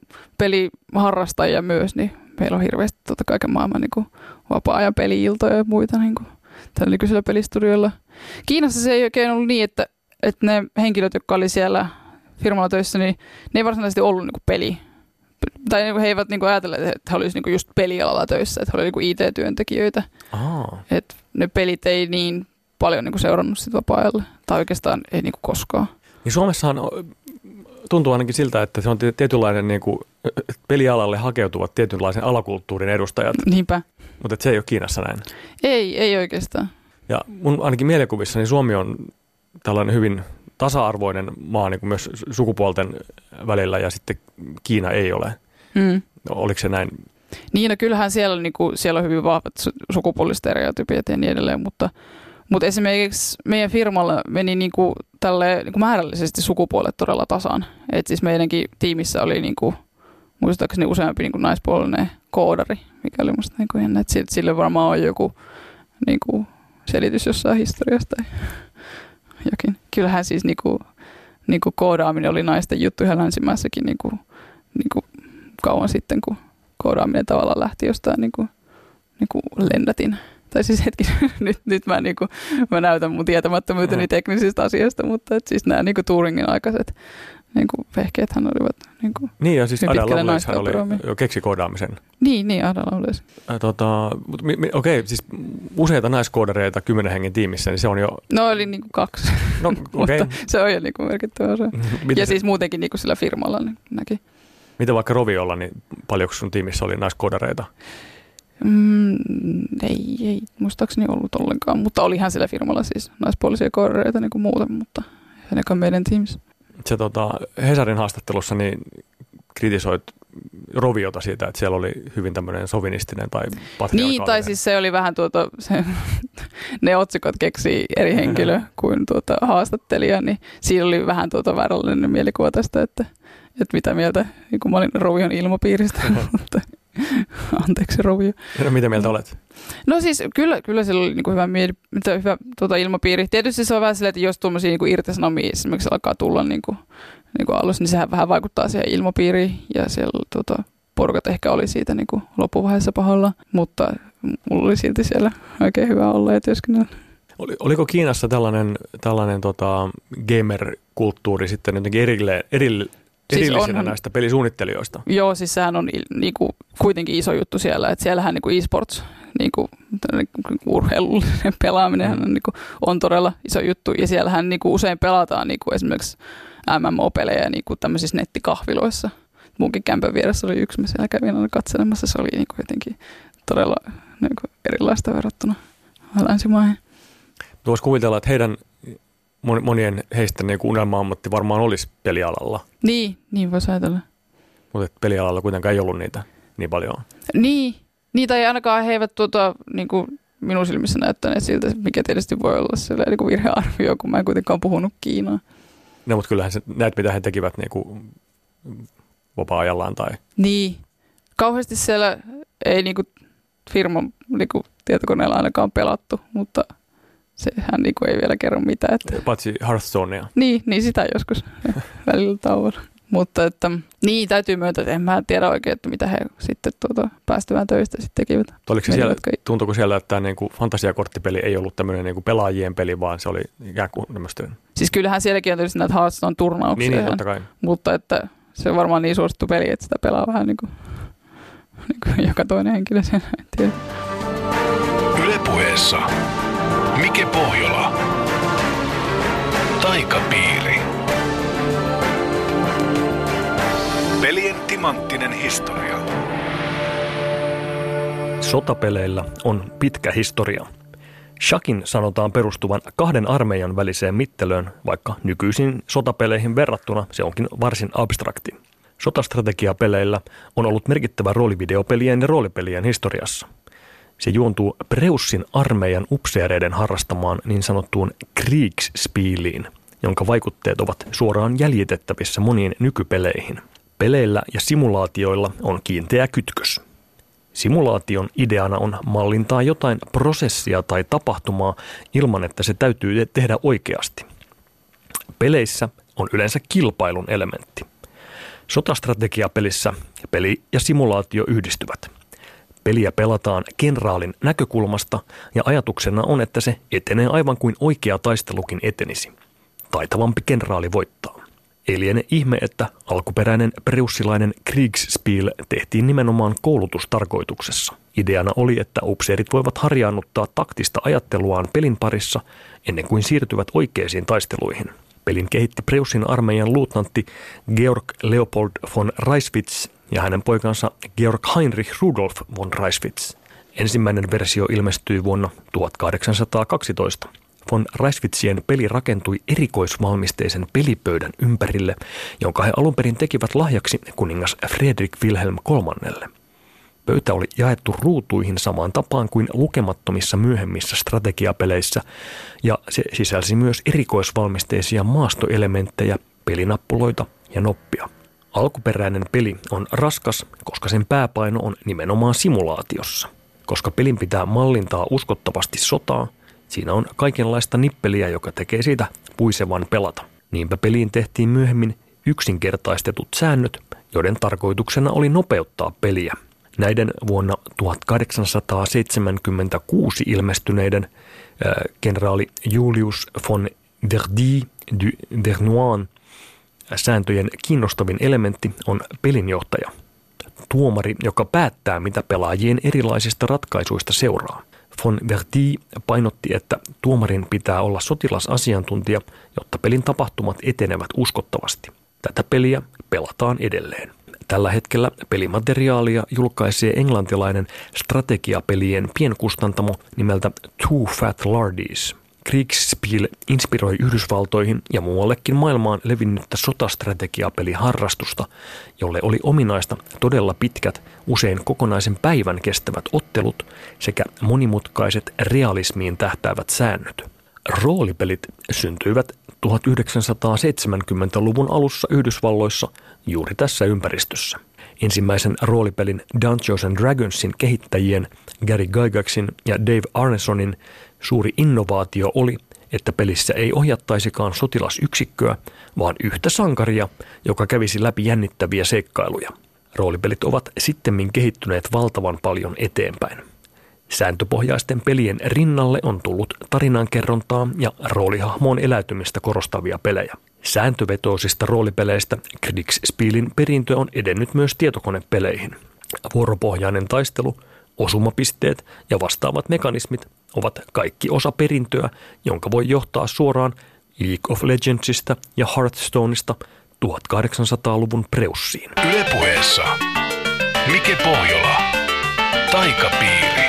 Speaker 3: peliharrastajia myös, niin meillä on hirveästi tuota kaiken maailman niinku vapaa-ajan peli-iltoja ja muita niinku tällä nykyisellä pelistudiolla. Kiinassa se ei oikein ollut niin, että, että ne henkilöt, jotka oli siellä firmalla töissä, niin ne ei varsinaisesti ollut niin kuin peli. Tai he eivät niin kuin ajatelleet, että he olisivat niin just pelialalla töissä, että he olivat niin I T-työntekijöitä.
Speaker 1: Aa.
Speaker 3: Että ne pelit ei niin paljon niin kuin seurannut sit vapaa-ajalle. Tai oikeastaan ei niin kuin koskaan.
Speaker 1: Niin Suomessahan tuntuu ainakin siltä, että se on tietynlainen niin kuin pelialalle hakeutuvat tietynlaisen alakulttuurin edustajat.
Speaker 3: Niinpä.
Speaker 1: Mutta se ei ole Kiinassa näin.
Speaker 3: Ei, ei oikeastaan.
Speaker 1: Ja mun ainakin mielikuvissa niin Suomi on tällainen hyvin tasa-arvoinen maa niin kuin myös sukupuolten välillä ja sitten Kiina ei ole.
Speaker 3: Hmm.
Speaker 1: No, oliko se näin?
Speaker 3: Niin, no kyllähän siellä, niin kuin, siellä on hyvin vahvat sukupuolistereotypiat ja niin edelleen, mutta, mutta esimerkiksi meidän firmalla meni niin kuin, tälle, niin kuin määrällisesti sukupuolet todella tasaan. Et siis meidänkin tiimissä oli niin kuin, muistaakseni useampi niin kuin naispuolinen koodari, mikä oli musta niin kuin jännä, että sille varmaan on joku niin kuin selitys jossain historiasta tai jokin. Kyllähän siis niin kuin, niin kuin koodaaminen oli naisten juttu ihan länsimässäkin niin kuin, niin kuin kauan sitten, kun koodaaminen tavallaan lähti jostain niin kuin, niin kuin lennätin. Tai siis hetki, nyt, nyt mä, niin kuin, mä näytän mun tietämättömyyteni teknisistä asioista, mutta et siis nämä niin kuin Turingin aikaiset niin kuin vehkeethän olivat niin kuin
Speaker 1: niin ja siis Ada Lovelace oli
Speaker 3: operoimia.
Speaker 1: jo keksi koodaamisen.
Speaker 3: Niin, niin Ada Lovelace.
Speaker 1: Äh, tota, okei, okay, siis useita naiskoodareita kymmenen hengen tiimissä, niin se on jo...
Speaker 3: No oli niin kuin kaksi,
Speaker 1: no, okay.
Speaker 3: mutta se on jo niin kuin merkittävä osa. Ja se? Siis muutenkin niin kuin sillä firmalla niin näki.
Speaker 1: Mitä vaikka Roviolla, niin paljonko sun tiimissä oli naiskoodareita?
Speaker 3: Mm, ei, ei muistaakseni ollut ollenkaan, mutta olihan sillä firmalla siis naispuolisia koodareita niin kuin muuten, mutta ainakaan meidän tiimissä.
Speaker 1: Se tota, Hesarin haastattelussa niin kritisoit Roviota siitä, että siellä oli hyvin tämmöinen sovinistinen tai patriarkaalinen.
Speaker 3: Niin, tai siis se oli vähän tuota, se, ne otsikot keksii eri henkilö kuin tuota haastattelija, niin siinä oli vähän tuota vääränlainen mielikuva tästä, että, että mitä mieltä, niin kun mä olin Rovion ilmapiiristä, mutta anteeksi Rovio.
Speaker 1: No mitä mieltä olet?
Speaker 3: No siis kyllä, kyllä sillä oli niin kuin hyvä, mieli, hyvä tuota, ilmapiiri. Tietysti se on vähän silleen, että jos tuollaisia niin kuin irtisanomia esimerkiksi alkaa tulla niin kuin, niin kuin alussa, niin sehän vähän vaikuttaa siihen ilmapiiriin ja siellä tuota, porukat ehkä oli siitä niin kuin loppuvaiheessa pahalla, mutta mulla oli silti siellä oikein hyvä olla ja työskennellä.
Speaker 1: Oli, oliko Kiinassa tällainen, tällainen tota, gamer-kulttuuri sitten jotenkin erille, erille,
Speaker 3: Siis
Speaker 1: erillisenä
Speaker 3: on,
Speaker 1: näistä pelisuunnittelijoista?
Speaker 3: Joo, siis sehän on niinku, kuitenkin iso juttu siellä, että siellähän niinku e-sports, niinku, urheilullinen pelaaminen mm. on, niinku, on todella iso juttu ja siellähän niinku, usein pelataan niinku, esimerkiksi M M O-pelejä niinku, tämmöisissä nettikahviloissa. Munkin kämpän vieressä oli yksi, mä siellä kävin aina katselemassa, se oli niinku, jotenkin todella niinku, erilaista verrattuna länsimaihin.
Speaker 1: Voisi kuvitella, että heidän monien heistä niin unelma-ammatti varmaan olisi pelialalla.
Speaker 3: Niin, niin voisi ajatella.
Speaker 1: Mutta pelialalla kuitenkaan ei ollut niitä niin paljon.
Speaker 3: Niin, niitä ei ainakaan he eivät tuota, niin kuin minun silmissä näyttäneet siltä, mikä tietysti voi olla sellainen niin kuin virhearvio, kun mä en kuitenkaan puhunut Kiinaa.
Speaker 1: No, mutta kyllähän se, näet, mitä he tekivät niin kuin vapaa-ajallaan. Tai...
Speaker 3: Niin, kauheasti siellä ei niin kuin firman niin kuin tietokoneella ainakaan pelattu, mutta sehän niin kuin ei vielä kerro mitään. Että...
Speaker 1: Paitsi Hearthstonea.
Speaker 3: Niin, niin sitä joskus välillä tauolla. Mutta että, niin, täytyy myöntää, että en mä tiedä oikein, että mitä he sitten tuota, päästyvään töistä sitten tekivät.
Speaker 1: Oliko se siellä, tuntuuko siellä, että tämä niin kuin fantasiakorttipeli ei ollut tämmöinen niin kuin pelaajien peli, vaan se oli ikään kuin tämmöistä...
Speaker 3: Siis kyllähän sielläkin on tietysti näitä Hearthstone-turnauksia.
Speaker 1: Niin, niin, totta kai.
Speaker 3: Mutta että se on varmaan niin suosittu peli, että sitä pelaa vähän niin kuin, niin kuin joka toinen henkilö siellä, en tiedä.
Speaker 2: Yle Puheessa Mike Pohjola. Taikapiiri. Pelien timanttinen historia.
Speaker 1: Sotapeleillä on pitkä historia. Shakin sanotaan perustuvan kahden armeijan väliseen mittelöön, vaikka nykyisiin sotapeleihin verrattuna se onkin varsin abstrakti. Sotastrategiapeleillä on ollut merkittävä rooli videopelien ja roolipelien historiassa. Se juontuu Preussin armeijan upseereiden harrastamaan niin sanottuun Kriegsspieliin, jonka vaikutteet ovat suoraan jäljitettävissä moniin nykypeleihin. Peleillä ja simulaatioilla on kiinteä kytkös. Simulaation ideana on mallintaa jotain prosessia tai tapahtumaa ilman, että se täytyy tehdä oikeasti. Peleissä on yleensä kilpailun elementti. Sotastrategiapelissä peli ja simulaatio yhdistyvät. Peliä pelataan kenraalin näkökulmasta ja ajatuksena on, että se etenee aivan kuin oikea taistelukin etenisi. Taitavampi kenraali voittaa. Ei liene ihme, että alkuperäinen preussilainen Kriegsspiel tehtiin nimenomaan koulutustarkoituksessa. Ideana oli, että upseerit voivat harjaannuttaa taktista ajatteluaan pelin parissa ennen kuin siirtyvät oikeisiin taisteluihin. Pelin kehitti Preussin armeijan luutnantti Georg Leopold von Reiswitz ja hänen poikansa Georg Heinrich Rudolf von Reiswitz. Ensimmäinen versio ilmestyi vuonna tuhatkahdeksansataakaksitoista. Von Reiswitzien peli rakentui erikoisvalmisteisen pelipöydän ympärille, jonka he alun perin tekivät lahjaksi kuningas Fredrik Wilhelm kolmannelle. Pöytä oli jaettu ruutuihin samaan tapaan kuin lukemattomissa myöhemmissä strategiapeleissä, ja se sisälsi myös erikoisvalmisteisia maastoelementtejä, pelinappuloita ja noppia. Alkuperäinen peli on raskas, koska sen pääpaino on nimenomaan simulaatiossa. Koska pelin pitää mallintaa uskottavasti sotaa, siinä on kaikenlaista nippeliä, joka tekee siitä puisevan pelata. Niinpä peliin tehtiin myöhemmin yksinkertaistetut säännöt, joiden tarkoituksena oli nopeuttaa peliä. Näiden vuonna tuhatkahdeksansataaseitsemänkymmentäkuusi ilmestyneiden äh, kenraali Julius von Verdi du Vernoin sääntöjen kiinnostavin elementti on pelinjohtaja. Tuomari, joka päättää, mitä pelaajien erilaisista ratkaisuista seuraa. Von Verdi painotti, että tuomarin pitää olla sotilasasiantuntija, jotta pelin tapahtumat etenevät uskottavasti. Tätä peliä pelataan edelleen. Tällä hetkellä pelimateriaalia julkaisee englantilainen strategiapelien pienkustantamo nimeltä Too Fat Lardies. Kriegsspiel inspiroi Yhdysvaltoihin ja muuallekin maailmaan levinnyttä sotastrategiapeliharrastusta, jolle oli ominaista todella pitkät, usein kokonaisen päivän kestävät ottelut sekä monimutkaiset realismiin tähtäävät säännöt. Roolipelit syntyivät tuhatyhdeksänsataaseitsemänkymmentäluvun alussa Yhdysvalloissa juuri tässä ympäristössä. Ensimmäisen roolipelin Dungeons and Dragonsin kehittäjien Gary Gygaxin ja Dave Arnesonin suuri innovaatio oli, että pelissä ei ohjattaisikaan sotilasyksikköä, vaan yhtä sankaria, joka kävisi läpi jännittäviä seikkailuja. Roolipelit ovat sittemmin kehittyneet valtavan paljon eteenpäin. Sääntöpohjaisten pelien rinnalle on tullut tarinankerrontaa ja roolihahmoon eläytymistä korostavia pelejä. Sääntövetoisista roolipeleistä Kriegsspielin perintö on edennyt myös tietokonepeleihin. Vuoropohjainen taistelu, osumapisteet ja vastaavat mekanismit ovat kaikki osa perintöä, jonka voi johtaa suoraan League of Legendsista ja Hearthstoneista tuhatkahdeksansataaluvun Preussiin.
Speaker 2: Yle Puheessa Mike Pohjola. Taikapiiri.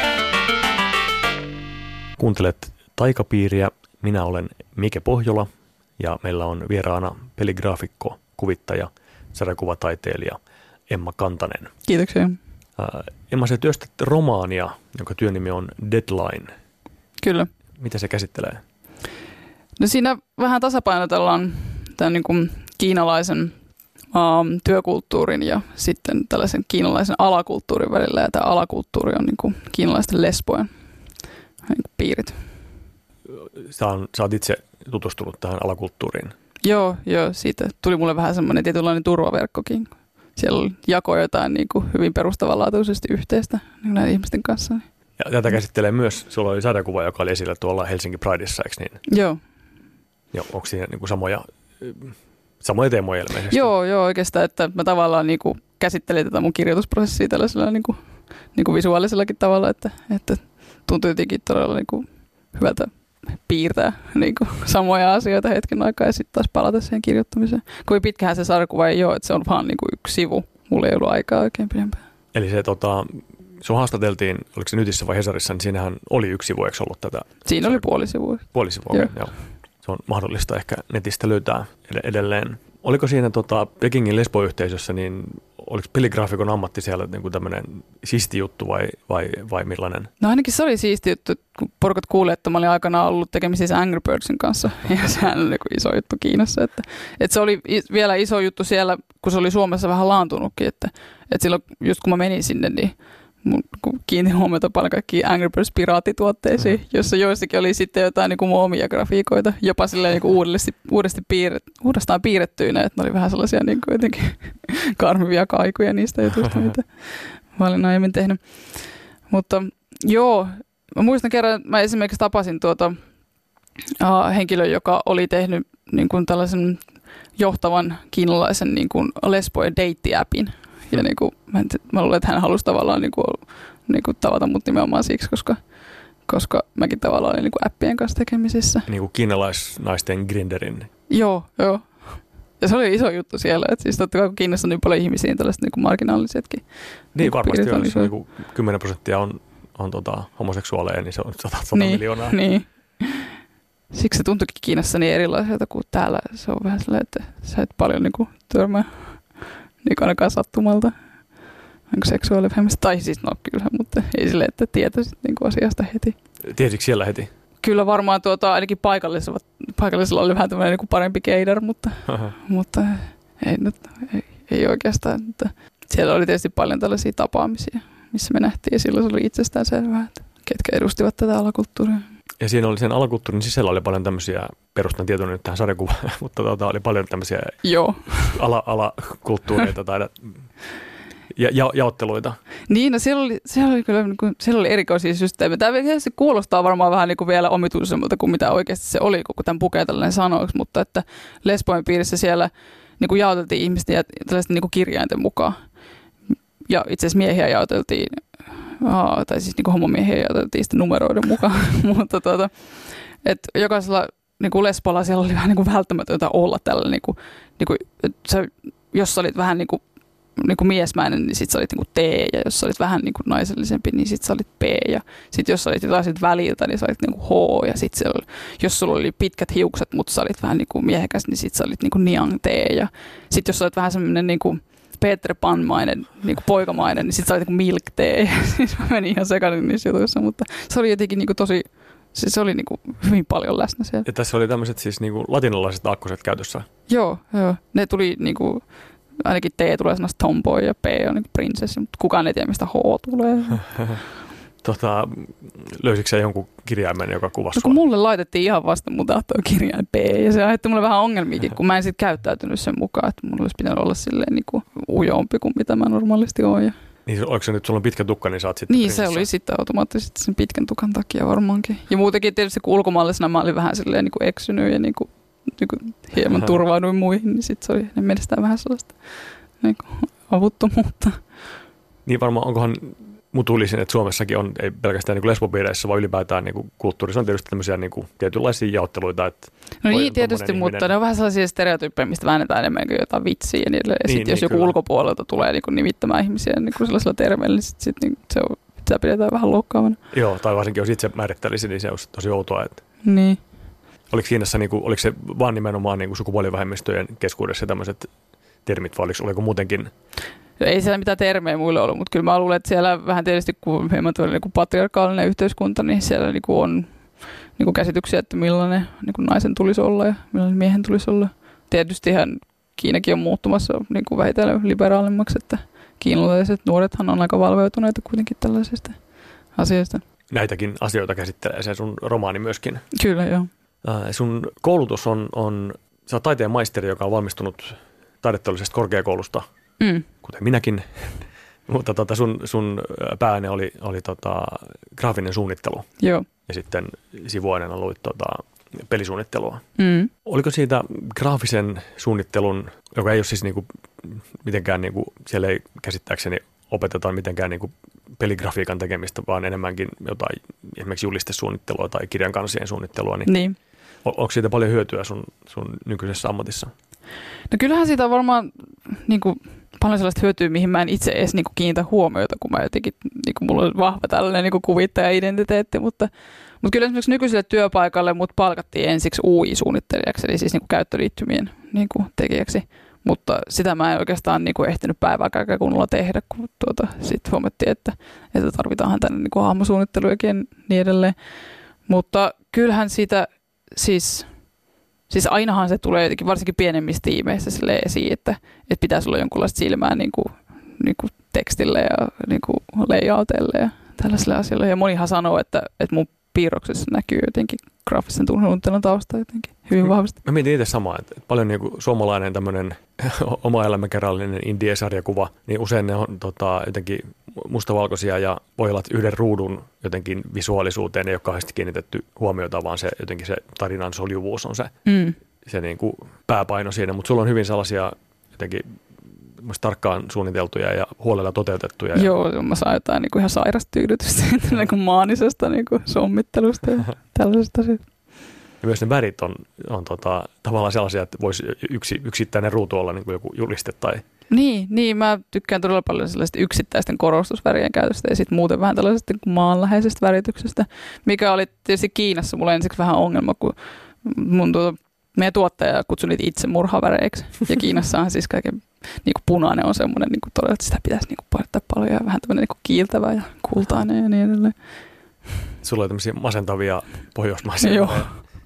Speaker 1: Kuuntelet Taikapiiriä. Minä olen Mike Pohjola ja meillä on vieraana peligraafikko, kuvittaja, sarjakuvataiteilija Emma Kantanen.
Speaker 3: Kiitoksia.
Speaker 1: Emma, sä työstät romaania, jonka työnimi on Deadline.
Speaker 3: Kyllä.
Speaker 1: Mitä se käsittelee?
Speaker 3: No siinä vähän tasapainotellaan tämän niin kuin kiinalaisen um, työkulttuurin ja sitten tällaisen kiinalaisen alakulttuurin välillä. Ja tämä alakulttuuri on niin kuin kiinalaisten lesbojen niin kuin piirit.
Speaker 1: Sä, on, sä oot itse tutustunut tähän alakulttuuriin.
Speaker 3: Joo, joo, siitä tuli mulle vähän semmoinen tietynlainen turvaverkkokin. Siellä oli jako jotain niin kuin hyvin perustavanlaatuisesti yhteistä niin näiden ihmisten kanssa.
Speaker 1: Ja tätä käsittelee myös, sulla oli sarjakuva, joka oli esillä tuolla Helsinki Prideissa, eikö niin?
Speaker 3: Joo.
Speaker 1: Joo, onko siinä niin kuin samoja, samoja teemoja ilmeisesti?
Speaker 3: Joo, joo, oikeastaan, että mä tavallaan niin kuin käsittelin tätä mun kirjoitusprosessia tällaisella niin kuin, niin kuin visuaalisellakin tavalla, että, että tuntui jotenkin todella niin kuin hyvältä piirtää niin kuin samoja asioita hetken aikaa ja sitten taas palata siihen kirjoittamiseen. Kuin pitkähän se sarjakuva ei ole, että se on vaan niin kuin yksi sivu. Mulla ei ollut aikaa oikein pidempään. Eli
Speaker 1: se tota, sun haastateltiin, oliko se Nytissä vai Hesarissa, niin siinähän oli yksi sivu, eikö ollut tätä?
Speaker 3: Siinä oli puoli sivua.
Speaker 1: Puoli sivua, joo. joo. Se on mahdollista ehkä netistä löytää edelleen. Oliko siinä tota, Pekingin lesboyhteisössä, niin oliko peligraafikon ammatti siellä niin kuin tämmöinen siisti juttu vai, vai, vai millainen?
Speaker 3: No ainakin se oli siisti juttu, kun porukat kuulee, että mä olin aikanaan ollut tekemisissä Angry Birdsin kanssa. Ja sehän on niin iso juttu Kiinassa. Että, että se oli vielä iso juttu siellä, kun se oli Suomessa vähän laantunutkin. Että, että silloin just kun mä menin sinne, niin mun kiinnitin huomiota paljon kaikkiin Angry Birds piraattituotteisiin, mm. jossa joissakin oli sitten jotain niin kuin mun omia grafiikoita, jopa silleen niin kuin uudesti, uudesti piirret, uudestaan piirrettyinä, että ne oli vähän sellaisia niin kuin jotenkin karmivia kaikuja niistä jutuista, mitä mä olin aiemmin tehnyt. Mutta joo, mä muistan kerran, mä esimerkiksi tapasin tuota uh, henkilön, joka oli tehnyt niin kuin tällaisen johtavan kiinalaisen niin kuin lesbojen deitti-appin. Ja niin kuin, mä, en, mä luulen, että hän halusi tavallaan niin kuin, niin kuin tavata mut nimenomaan siksi, koska, koska mäkin tavallaan olin niin kuin appien kanssa tekemisissä.
Speaker 1: Niin kuin kiinalaisnaisten Grindrin.
Speaker 3: Joo, joo. Ja se oli iso juttu siellä, että siis totta kai kun Kiinassa on niin paljon ihmisiä, niin tällaiset niin kuin marginaalisetkin.
Speaker 1: Niin, niin varmasti on, jos on niin kymmenen prosenttia on, on tota, homoseksuaaleja, niin se on sata, sata niin, miljoonaa.
Speaker 3: Niin. Siksi se tuntuikin Kiinassa niin erilaiselta kuin täällä. Se on vähän sellainen, että sä et paljon niin kuin törmää niin ainakaan sattumalta. Onko seksuaalifeimistä? Tai siis no kyllä, mutta ei silleen, että tietäisit niin kuin asiasta heti.
Speaker 1: Tiesitkö siellä heti?
Speaker 3: Kyllä varmaan tuota, ainakin paikallisella, paikallisella oli vähän tämmöinen niin kuin parempi keidar, mutta, mutta ei, nyt, ei, ei oikeastaan. Mutta siellä oli tietysti paljon tällaisia tapaamisia, missä me nähtiin ja silloin se oli itsestään selvää, että ketkä edustivat tätä alakulttuuria.
Speaker 1: Ja siinä oli sen alakulttuurin sisällä oli paljon tämmöisiä, perustan tietoa nyt tähän sarjakuvaan, mutta tuota, oli paljon tämmöisiä
Speaker 3: Joo.
Speaker 1: ala, alakulttuureita tai ja, ja, jaotteluita.
Speaker 3: Niin, no siellä oli, siellä oli kyllä siellä oli erikoisia systeemejä. Tämä tietysti kuulostaa varmaan vähän niin kuin vielä omituisemmalta kuin mitä oikeasti se oli, kun tämän pukee tällainen sanoiksi, mutta että lesbojen piirissä siellä niin kuin jaoteltiin ihmisten ja tällaisten niin kuin kirjainten mukaan. Ja itse asiassa miehiä jaoteltiin, aa, tai siis niin kuin homomiehiä jaoteltiin sitten numeroiden mukaan, mutta tuota, että jokaisella niin kuin lesbolla siellä oli vähän niin kuin välttämätöntä olla tällainen, niin kuin, niin kuin, että jos sä olit vähän niin kuin niin kuin miesmäinen, niin sit sä olit niin kuin T, ja jos sä olit vähän niin kuin naisellisempi, niin sit sä olit P, ja sit jos sä olit jotain sit väliltä, niin sä olit niin kuin H, ja sit oli, jos sulla oli pitkät hiukset, mutta sä olit vähän niin kuin miehekäs, niin sit sä olit niin kuin Niang T, ja sit jos sä olit vähän semmoinen niin kuin Peter Pan-mainen, niin kuin poikamainen, niin sit sä olit niin kuin Milk T, ja siis mä menin ihan sekaisin niissä jutuissa, mutta se oli jotenkin niin kuin tosi, siis se oli niin kuin hyvin paljon läsnä siellä.
Speaker 1: Ja tässä oli tämmöiset siis niin kuin latinalaiset akkuset käytössä.
Speaker 3: Joo, joo, ne tuli niin kuin ainakin T tulee sanasta tomboy ja P on niin prinsessi, mutta kukaan ei tiedä, mistä H tulee.
Speaker 1: tota, löysitkö sä jonkun kirjaimen, joka kuvasi?
Speaker 3: No kun mulle laitettiin ihan vasta mun tahtoon kirjain P, ja se aiheutti mulle vähän ongelmiakin, kun mä en sitten käyttäytynyt sen mukaan, että mulla olisi pitänyt olla silleen niin kuin ujompi kuin mitä mä normaalisti oon. Ja
Speaker 1: niin oliko se nyt, sulla on pitkä tukka, niin saat sitten
Speaker 3: Niin,
Speaker 1: prinsessa.
Speaker 3: Se oli sitten automaattisesti sen pitkän tukan takia varmaankin. Ja muutenkin tietysti kun ulkomaalaisena mä olin vähän silleen niin kuin eksynyt ja niin kuin niin hieman turvauduin muihin, niin sitten se oli ne mielestään vähän sellaista niin avuttomuutta.
Speaker 1: Niin varmaan, onkohan mutulisin, että Suomessakin on, ei pelkästään niin lesbopiireissä, vaan ylipäätään niin kulttuurissa on tietysti tämmöisiä niin kuin tietynlaisia jaotteluita. Että
Speaker 3: no niin, tietysti, mutta ihminen ne on vähän sellaisia stereotyyppejä, mistä väännetään enemmän kuin jotain vitsiä. Ja, niin, ja niin, sitten niin, jos joku kyllä. ulkopuolelta tulee niin kuin nimittämään ihmisiä niin kuin sellaisella termeillä, niin sitten sit, niin se on, sitä pidetään vähän loukkaavana.
Speaker 1: Joo, tai varsinkin jos itse määrittelisi, niin se olisi tosi outoa. Että
Speaker 3: niin.
Speaker 1: Oliko Kiinassa, niin kuin, oliko se vaan nimenomaan niin kuin sukupuolivähemmistöjen keskuudessa tämmöiset termit, vai oliko, oliko muutenkin?
Speaker 3: Ei siellä mitään termejä muille ollut, mutta kyllä mä luulen, että siellä vähän tietysti, kun hieman tuolla niin patriarkaalinen yhteiskunta, niin siellä niin kuin on niin kuin käsityksiä, että millainen niin kuin naisen tulisi olla ja millainen miehen tulisi olla. Tietystihän Kiinakin on muuttumassa niin kuin vähitellen liberaalimmaksi, että kiinalaiset nuorethan on aika valveutuneita kuitenkin tällaisista asioista.
Speaker 1: Näitäkin asioita käsittelee se sun romaani myöskin.
Speaker 3: Kyllä, joo.
Speaker 1: Äh, sun koulutus on, on, sä oot taiteen maisteri, joka on valmistunut taideteollisesta korkeakoulusta, mm. kuten minäkin, mutta tota sun, sun pääaine oli, oli tota graafinen suunnittelu.
Speaker 3: Joo.
Speaker 1: Ja sitten sivuaineena luit tota pelisuunnittelua.
Speaker 3: Mm.
Speaker 1: Oliko siitä graafisen suunnittelun, joka ei ole siis niinku mitenkään, niinku, siellä ei käsittääkseni opetetaan mitenkään niinku peligrafiikan tekemistä, vaan enemmänkin jotain esimerkiksi julistesuunnittelua tai kirjan kansien suunnittelua, niin,
Speaker 3: niin.
Speaker 1: On, onko siitä paljon hyötyä sun, sun nykyisessä ammatissa?
Speaker 3: No kyllähän siitä on varmaan niin kuin, paljon sellaista hyötyä, mihin mä en itse edes niin kuin, kiinnitä huomiota, kun mä jotenkin, niin kuin, mulla on vahva tällainen niin kuin kuvittaja-identiteetti, mutta, mutta kyllä esimerkiksi nykyiselle työpaikalle mut palkattiin ensiksi U I-suunnittelijaksi, eli siis niin kuin, käyttöliittymien niin kuin, tekijäksi. Mutta sitä mä en oikeastaan niin kuin ehtinyt päivääkään kunnolla tehdä, kun tuota, sitten huomattiin, että, että tarvitaanhan tänne niin kuin hahmosuunnittelujakin ja niin edelleen. Mutta kyllähän siitä, siis, siis ainahan se tulee jotenkin varsinkin pienemmissä tiimeissä esiin, että, että pitäisi olla jonkunlaista silmää niin kuin, niin kuin tekstille ja niin kuin layoutille ja tällaisille asioille. Ja monihan sanoo, että, että mun piirroksessa näkyy jotenkin graafisen suunnittelun tausta jotenkin hyvin vahvasti.
Speaker 1: Mä mietin itse samaa, että paljon niin kuin suomalainen tämmöinen oma elämäkerrallinen indie-sarjakuva, niin usein ne on tota, jotenkin mustavalkoisia ja voi olla, että yhden ruudun jotenkin visuaalisuuteen ei ole kauheasti kiinnitetty huomiota, vaan se jotenkin se tarinan soljuvuus on se, mm. se niin kuin pääpaino siinä. Mutta sulla on hyvin sellaisia jotenkin tarkkaan suunniteltuja ja huolella toteutettuja.
Speaker 3: Joo, ja mä saan jotain niin kuin ihan sairasta tyydytystä niin kuin maanisesta niin kuin sommittelusta ja tällaisesta asioista.
Speaker 1: Ja myös ne värit on, on tota, tavallaan sellaisia, että voisi yksi, yksittäinen ruutu olla niin kuin joku juliste tai...
Speaker 3: Niin, niin, mä tykkään todella paljon sellaista yksittäisten korostusvärien käytöstä ja sitten muuten vähän tällaisesta maanläheisestä värityksestä, mikä oli tietysti Kiinassa mulle ensiksi vähän ongelma, kun mun tuota, meidän tuottaja kutsui niitä itse murhaväreiksi. Ja Kiinassahan siis kaiken niin kuin punainen on semmoinen, niin kuin todella, että sitä pitäisi niin kuin painottaa paljon ja vähän tämmöinen niin kuin kiiltävä ja kultainen ja niin edelleen. Sulla
Speaker 1: on tämmöisiä masentavia pohjoismaisia. Joo.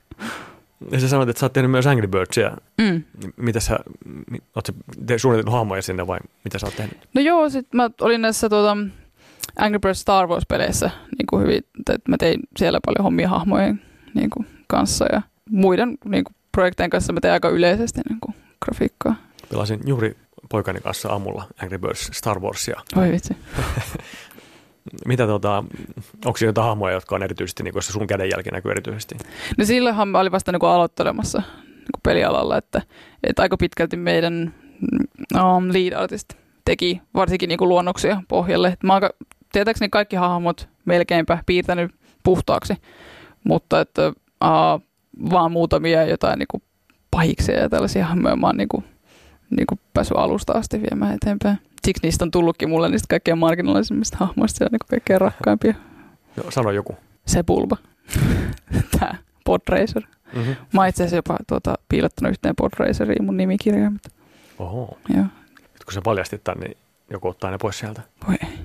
Speaker 1: Ja sä sanoit, että sä oot tehnyt myös Angry Birdsia. Mm. Mitä sä, oot sä suunnitellut hahmoja sinne vai mitä sä oot tehnyt?
Speaker 3: No joo, sit mä olin näissä tuota, Angry Birds Star Wars-peleissä niin kuin hyvin, että mä tein siellä paljon hommia hahmojen niin kuin kanssa ja muiden niin kuin projektejen kanssa mä tein aika yleisesti niin kuin grafiikkaa.
Speaker 1: Pelasin juuri poikani kanssa aamulla Angry Birds Star Warsia.
Speaker 3: Oi vitsi.
Speaker 1: Mitä tota, onko siinä jotain hahmoja, jotka on erityisesti, niin kuin se sun kädenjälki näkyy erityisesti?
Speaker 3: No silloinhan mä olin vasta niin kuin aloittelemassa niin kuin pelialalla, että, että aika pitkälti meidän um, lead artist teki varsinkin niin kuin luonnoksia pohjalle. Mä oon tietääkseni kaikki hahmot melkeinpä piirtänyt puhtaaksi, mutta että, uh, vaan muutamia jotain niin kuin pahiksia ja tällaisia hahmoja mä oon niin kuin, niin kuin päässyt alusta asti viemään eteenpäin. Siksi niistä on tullutkin mulle niistä kaikkein marginaalisimmista hahmoista ja niin kaikkein rakkaimpia.
Speaker 1: Joo, sano joku.
Speaker 3: Sepulba. Tää Podracer. Mm-hmm. Mä oon itse asiassa jopa tuota, piilottanut yhteen Podraceriin mun nimikirjaan.
Speaker 1: Oho.
Speaker 3: Joo.
Speaker 1: Nyt kun sä paljastit tämän, niin joku ottaa ne pois sieltä.
Speaker 3: Voi ei.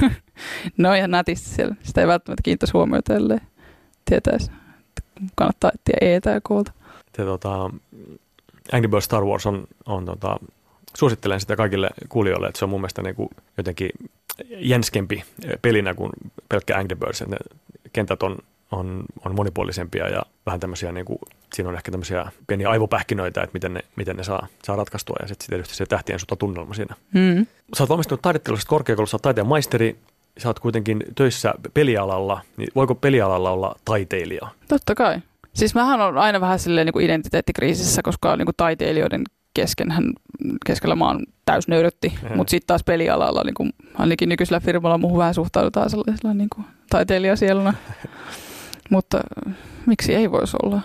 Speaker 3: No ihan nätisti siellä. Sitä ei välttämättä kiinnittäisi huomiota, ellei tietäisi. Kannattaa etsiä E:tä ja K:lta.
Speaker 1: Te, tota, Angry Birds Star Wars on, on tota, suosittelen sitä kaikille kuulijoille, että se on mun mielestä niin kuin jotenkin jänskempi pelinä kuin pelkkä Angry Birds. Ne kentät on, on, on monipuolisempia ja vähän tämmöisiä, niin kuin, siinä on ehkä tämmöisiä pieniä aivopähkinöitä, että miten ne, miten ne saa, saa ratkaistua ja sitten tietysti se tähtien sota tunnelma siinä. Mm. Sä oot valmistunut taidetteellisesta korkeakoulusta, sä oot taiteen maisteri, sä oot kuitenkin töissä pelialalla, niin voiko pelialalla olla taiteilija?
Speaker 3: Totta kai. Siis mähän on aina vähän silleen niin kuin identiteettikriisissä, koska niin kuin taiteilijoiden keskenhän, keskellä mä oon täysnöyrötti, mm-hmm. mutta sitten taas pelialalla, niin kuin, ainakin nykyisellä firmalla muuhun vähän suhtaudutaan sellaisella niin kuin taiteilijasieluna, mutta miksi ei voisi olla?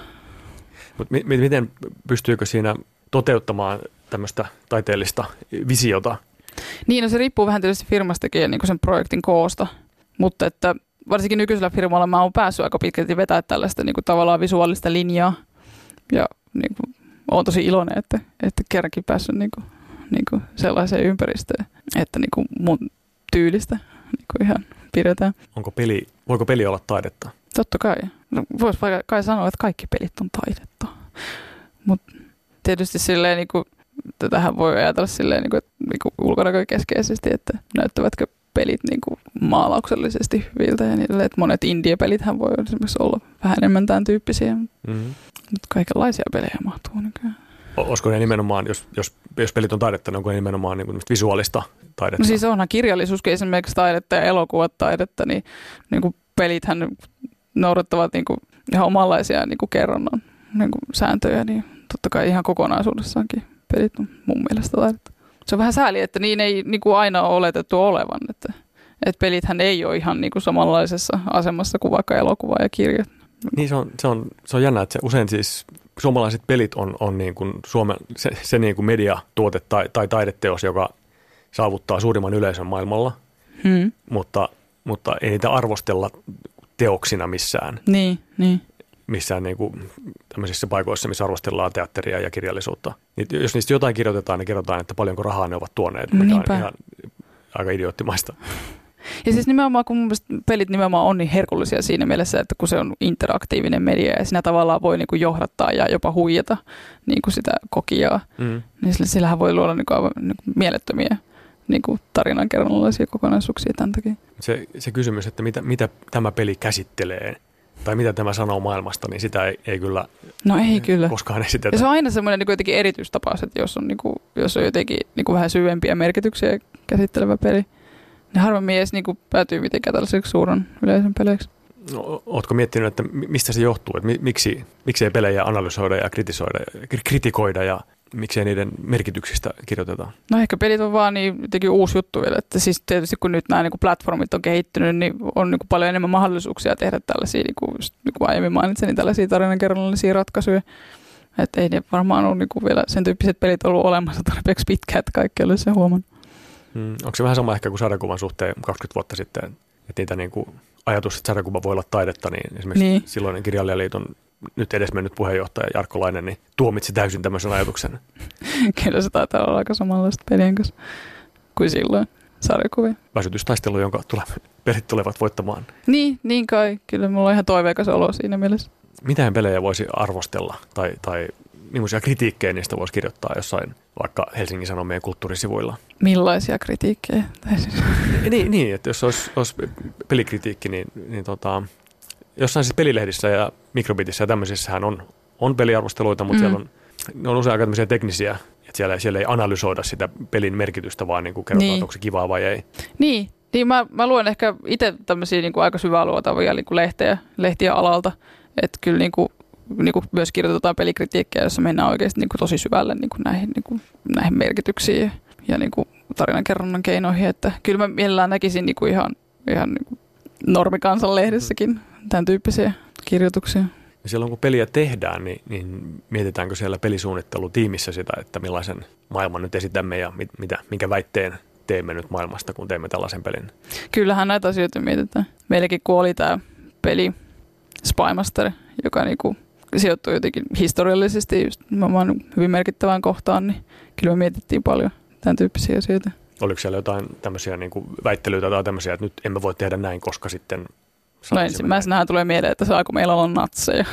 Speaker 1: Mut mi- miten pystyykö siinä toteuttamaan tämmöistä taiteellista visiota?
Speaker 3: Niin, no se riippuu vähän tietysti firmastakin ja niin kuin sen projektin koosta, mutta että varsinkin nykyisellä firmalla mä oon päässyt aika pitkälti vetää tällaista niin kuin tavallaan visuaalista linjaa ja niin kuin, olen tosi iloinen, että, että kerrankin päässyt niin kuin, niin kuin sellaiseen ympäristöön, että niin kuin mun tyylistä niin kuin ihan pidetään.
Speaker 1: Onko peli, voiko peli olla taidetta?
Speaker 3: Totta kai. No, voisi kai sanoa, että kaikki pelit on taidetta. Mutta tietysti silleen, niin kuin, tätähän voi ajatella silleen, niin kuin, niin kuin ulkonäkökeskeisesti, että näyttävätkö pelit niin kuin maalauksellisesti hyviltä ja niin edelleen. Että monet indie-pelithän voi esimerkiksi olla vähän enemmän tämän tyyppisiä. Mm-hmm. Mutta kaikenlaisia pelejä mahtuu nykyään.
Speaker 1: Olisiko ne nimenomaan, jos, jos, jos pelit on taidetta, niin onko ne nimenomaan niin kuin visuaalista taidetta?
Speaker 3: No siis onhan kirjallisuuskin esimerkiksi taidetta ja elokuvat taidetta, niin, niin kuin pelithän noudattavat niin kuin ihan omanlaisia niin kuin kerronnan niin kuin sääntöjä, niin totta kai ihan kokonaisuudessaankin pelit on mun mielestä taidetta. Se on vähän sääli, että niin ei niin kuin aina ole oletettu olevan, että, että pelithän ei ole ihan niin kuin samanlaisessa asemassa kuin vaikka elokuva ja kirjat.
Speaker 1: Niin se on, se on, se on jännä, että se usein siis suomalaiset pelit on, on niin kuin Suomen, se, se niin kuin mediatuote tai, tai taideteos, joka saavuttaa suurimman yleisön maailmalla, hmm. mutta, mutta ei niitä arvostella teoksina missään.
Speaker 3: Niin, niin.
Speaker 1: Missään niin kuin tämmöisissä paikoissa, missä arvostellaan teatteria ja kirjallisuutta. Niin jos niistä jotain kirjoitetaan, niin kerrotaan, että paljonko rahaa ne ovat tuoneet, mikä
Speaker 3: Niinpä.
Speaker 1: on ihan aika idioottimaista.
Speaker 3: Ja siis nimenomaan, kun mun mielestä pelit nimenomaan on niin herkullisia siinä mielessä, että kun se on interaktiivinen media ja siinä tavallaan voi niin kuin johdattaa ja jopa huijata niin kuin sitä kokijaa, mm. niin sillähän voi luoda niin kuin aivan niin kuin mielettömiä niin kuin tarinankerronnallisia kokonaisuuksia tämän takia.
Speaker 1: Se, se kysymys, että mitä, mitä tämä peli käsittelee tai mitä tämä sanoo maailmasta, niin sitä ei, ei kyllä
Speaker 3: no ei kyllä.
Speaker 1: koskaan esitetä.
Speaker 3: Ja se on aina semmoinen niin kuin jotenkin erityistapaus, että jos on, niin kuin, jos on jotenkin niin kuin vähän syvempiä merkityksiä käsittelevä peli, ne harvemmin edes niin kuin päätyy mitenkään tällaiseksi suuren yleisön peleiksi.
Speaker 1: No, ootko miettinyt, että mistä se johtuu, että miksi, miksi ei pelejä analysoida ja kritisoida, kritikoida ja miksei niiden merkityksistä kirjoitetaan?
Speaker 3: No ehkä pelit on vaan niin jotenkin uusi juttu vielä, että siis tietysti kun nyt nämä niin kuin platformit on kehittynyt, niin on niin kuin paljon enemmän mahdollisuuksia tehdä tällaisia, niin kuin, just, niin kuin aiemmin mainitsin, niin tällaisia tarinankerronnallisia ratkaisuja. Että ei ne varmaan ole niin kuin vielä sen tyyppiset pelit ollut olemassa tarpeeksi pitkään, että kaikki olisi sen huomannut.
Speaker 1: Hmm, onko se vähän sama ehkä kuin sarjakuvan suhteen kaksikymmentä vuotta sitten, että niitä niin kuin ajatus, että sarjakuva voi olla taidetta, niin esimerkiksi niin. Silloinen Kirjailijaliiton nyt edesmennyt puheenjohtaja Jarkko Lainen niin tuomitsi täysin tämmöisen ajatuksen.
Speaker 3: Kyllä se taitaa olla aika samanlaista pelien kanssa kuin silloin sarjakuvia.
Speaker 1: Väsytystaistelu, jonka tule, pelit tulevat voittamaan.
Speaker 3: Niin, niin kai. Kyllä mulla on ihan toiveikas olo siinä mielessä.
Speaker 1: Mitään pelejä voisi arvostella tai, tai millaisia kritiikkejä niistä voisi kirjoittaa jossain vaikka Helsingin Sanomien kulttuurisivuilla?
Speaker 3: Millaisia kritiikkejä?
Speaker 1: niin, niin, että jos olisi, olisi pelikritiikki, niin, niin tota, jossain siis pelilehdissä ja Mikrobitissä ja tämmöisissähän on, on peliarvosteluita, mutta mm. siellä on, ne on usein aika tämmöisiä teknisiä, että siellä, siellä ei analysoida sitä pelin merkitystä, vaan niin kuin kerrotaan, niin. Että onko se kivaa vai ei.
Speaker 3: Niin, niin mä, mä luen ehkä itse tämmöisiä niin kuin aika syvää luotavia niin kuin lehtejä, lehtiä alalta, että kyllä niin kuin, niin kuin myös kirjoitetaan pelikritiikkiä, jossa mennään oikeasti niin kuin tosi syvälle niin kuin näihin, niin kuin, näihin merkityksiin ja niin kuin tarinankerronnan keinoihin, että kyllä mä mielellään näkisin niin kuin ihan, ihan niin kuin normikansan lehdessäkin tämän tyyppisiä kirjoituksia.
Speaker 1: Ja silloin kun peliä tehdään, niin, niin mietitäänkö siellä pelisuunnittelutiimissä sitä, että millaisen maailman nyt esitämme ja mit, mitä, minkä väitteen teemme nyt maailmasta, kun teemme tällaisen pelin?
Speaker 3: Kyllähän näitä asioita mietitään. Meilläkin kun oli tämä peli Spymaster, joka niinku sijoittui jotenkin historiallisesti just hyvin merkittävään kohtaan, niin kyllä me mietittiin paljon tämän tyyppisiä asioita.
Speaker 1: Oliko siellä jotain tämmöisiä niinku väittelyitä tai tämmöisiä, että nyt emme voi tehdä näin, koska sitten...
Speaker 3: No ensimmäisenähän tulee mieleen, että saako meillä olla natseja.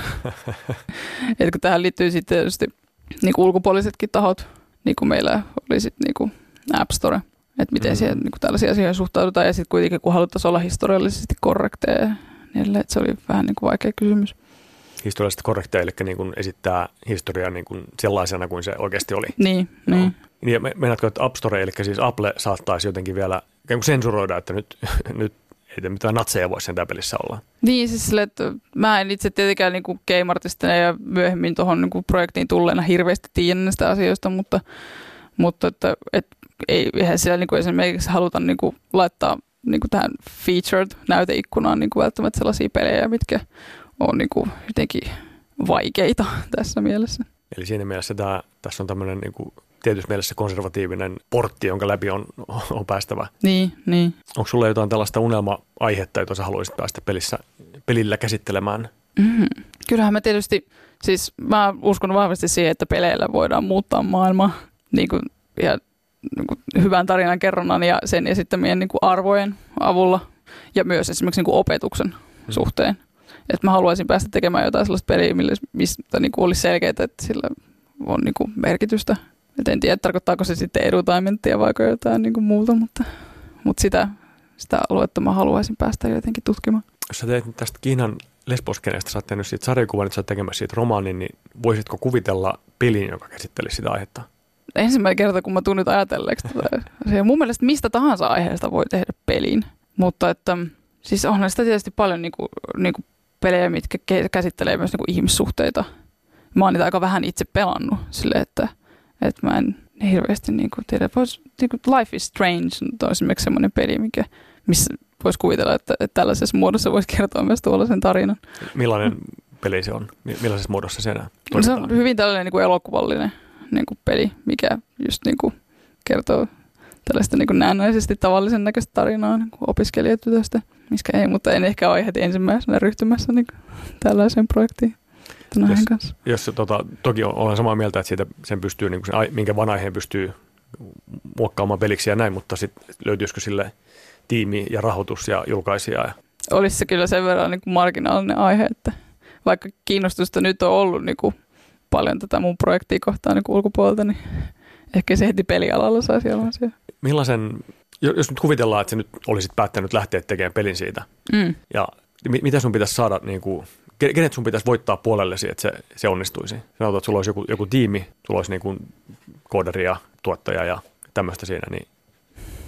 Speaker 3: Että kun tähän liittyy sitten tietysti niinku ulkopuolisetkin tahot, niin kuin meillä oli sitten niinku App Store, että miten mm-hmm. siihen niinku tällaisia asioita suhtaudutaan ja sitten kuitenkin kun haluttaisiin olla historiallisesti korrekteja, niin että se oli vähän niinku vaikea kysymys.
Speaker 1: Historiallisesti korrekteja, eli niin kuin esittää historiaa niin kuin sellaisena kuin se oikeasti oli.
Speaker 3: Niin, no. niin.
Speaker 1: Ja meinaatko, että App Store, eli siis Apple saattaisi jotenkin vielä sensuroida, että nyt, nyt ei mitään natseja voi sen pelissä olla.
Speaker 3: Niin, siis sille, että mä en itse tietenkään niin kuin game-artistina ja myöhemmin tuohon niin kuin projektiin tulleena hirveästi tiedän näistä asioista, mutta, mutta että, että ei, eihän siellä niin kuin esimerkiksi haluta niin kuin laittaa niin kuin tähän featured-näyteikkunaan niin kuin välttämättä sellaisia pelejä, mitkä on niin kuin jotenkin vaikeita tässä mielessä. Eli
Speaker 1: siinä mielessä tämä, tässä on tämmöinen niin kuin tietyssä mielessä konservatiivinen portti, jonka läpi on, on päästävä.
Speaker 3: Niin, niin.
Speaker 1: Onko sulla jotain tällaista unelma-aihetta, jota sä haluaisit päästä pelissä, pelillä käsittelemään?
Speaker 3: Mm-hmm. Kyllähän mä tietysti, siis mä uskon vahvasti siihen, että peleillä voidaan muuttaa maailmaa niin kuin, ja niin kuin hyvän tarinan kerronnan ja sen esittämien niin kuin arvojen avulla ja myös esimerkiksi niin kuin opetuksen mm. suhteen. Että mä haluaisin päästä tekemään jotain sellaista peliä, mistä niin kuin olisi selkeää, että sillä on niin kuin merkitystä. Et en tiedä, tarkoittaako se sitten edutaimenttia vai jotain niin kuin muuta, mutta, mutta sitä, sitä aluetta mä haluaisin päästä jotenkin tutkimaan.
Speaker 1: Jos sä teet tästä Kiinan lesboskeneesta, sä oot tehnyt siitä sarjakuvan, että sä oot tekemässä siitä romaanin, niin voisitko kuvitella pelin, joka käsittelisi sitä aihetta?
Speaker 3: Ensimmäinen kerta, kun mä tuun nyt ajatelleeksi tätä. Mun mielestä mistä tahansa aiheesta voi tehdä pelin, mutta että siis onhan sitä tietysti paljon niin kuin, niin kuin pelejä, mitkä käsittelee myös niin kuin ihmissuhteita. Mä oon niitä aika vähän itse pelannut silleen, että Että mä en hirveästi niin kuin tiedä. Vois, niin kuin Life is Strange on esimerkiksi semmoinen peli, mikä, missä voisi kuvitella, että, että tällaisessa muodossa voisi kertoa myös tuollaisen tarinan.
Speaker 1: Millainen peli se on? Millaisessa muodossa se enää
Speaker 3: toimitaan? Se on hyvin tällainen niin kuin elokuvallinen niin kuin peli, mikä just niin kuin kertoo tällaista niin kuin näennäisesti tavallisen näköistä tarinaa niin kuin opiskelijatytöstä, miskä ei, mutta en ehkä ole heti ensimmäisenä ryhtymässä niin kuin tällaiseen projektiin.
Speaker 1: Jos, jos tota, toki olen samaa mieltä, että siitä sen pystyy, niin sen, minkä van aiheen pystyy muokkaamaan peliksi ja näin, mutta sitten löytyisikö sille tiimi ja rahoitus ja julkaisija?
Speaker 3: Olisi se kyllä sen verran niin kuin marginaalinen aihe, että vaikka kiinnostusta nyt on ollut niin kuin paljon tätä mun projektia kohtaan niin kuin ulkopuolelta, niin ehkä se heti pelialalla saisi olla siellä.
Speaker 1: Millaisen, jos nyt kuvitellaan, että sä nyt olisit päättänyt lähteä tekemään pelin siitä, mm. ja mitä sun pitäisi saada niin kuin kenet sun pitäisi voittaa puolellesi, että se, se onnistuisi? Sanotaan, että sulla olisi joku, joku tiimi, sulla olisi niin kuin koodari ja tuottaja ja tämmöistä siinä, niin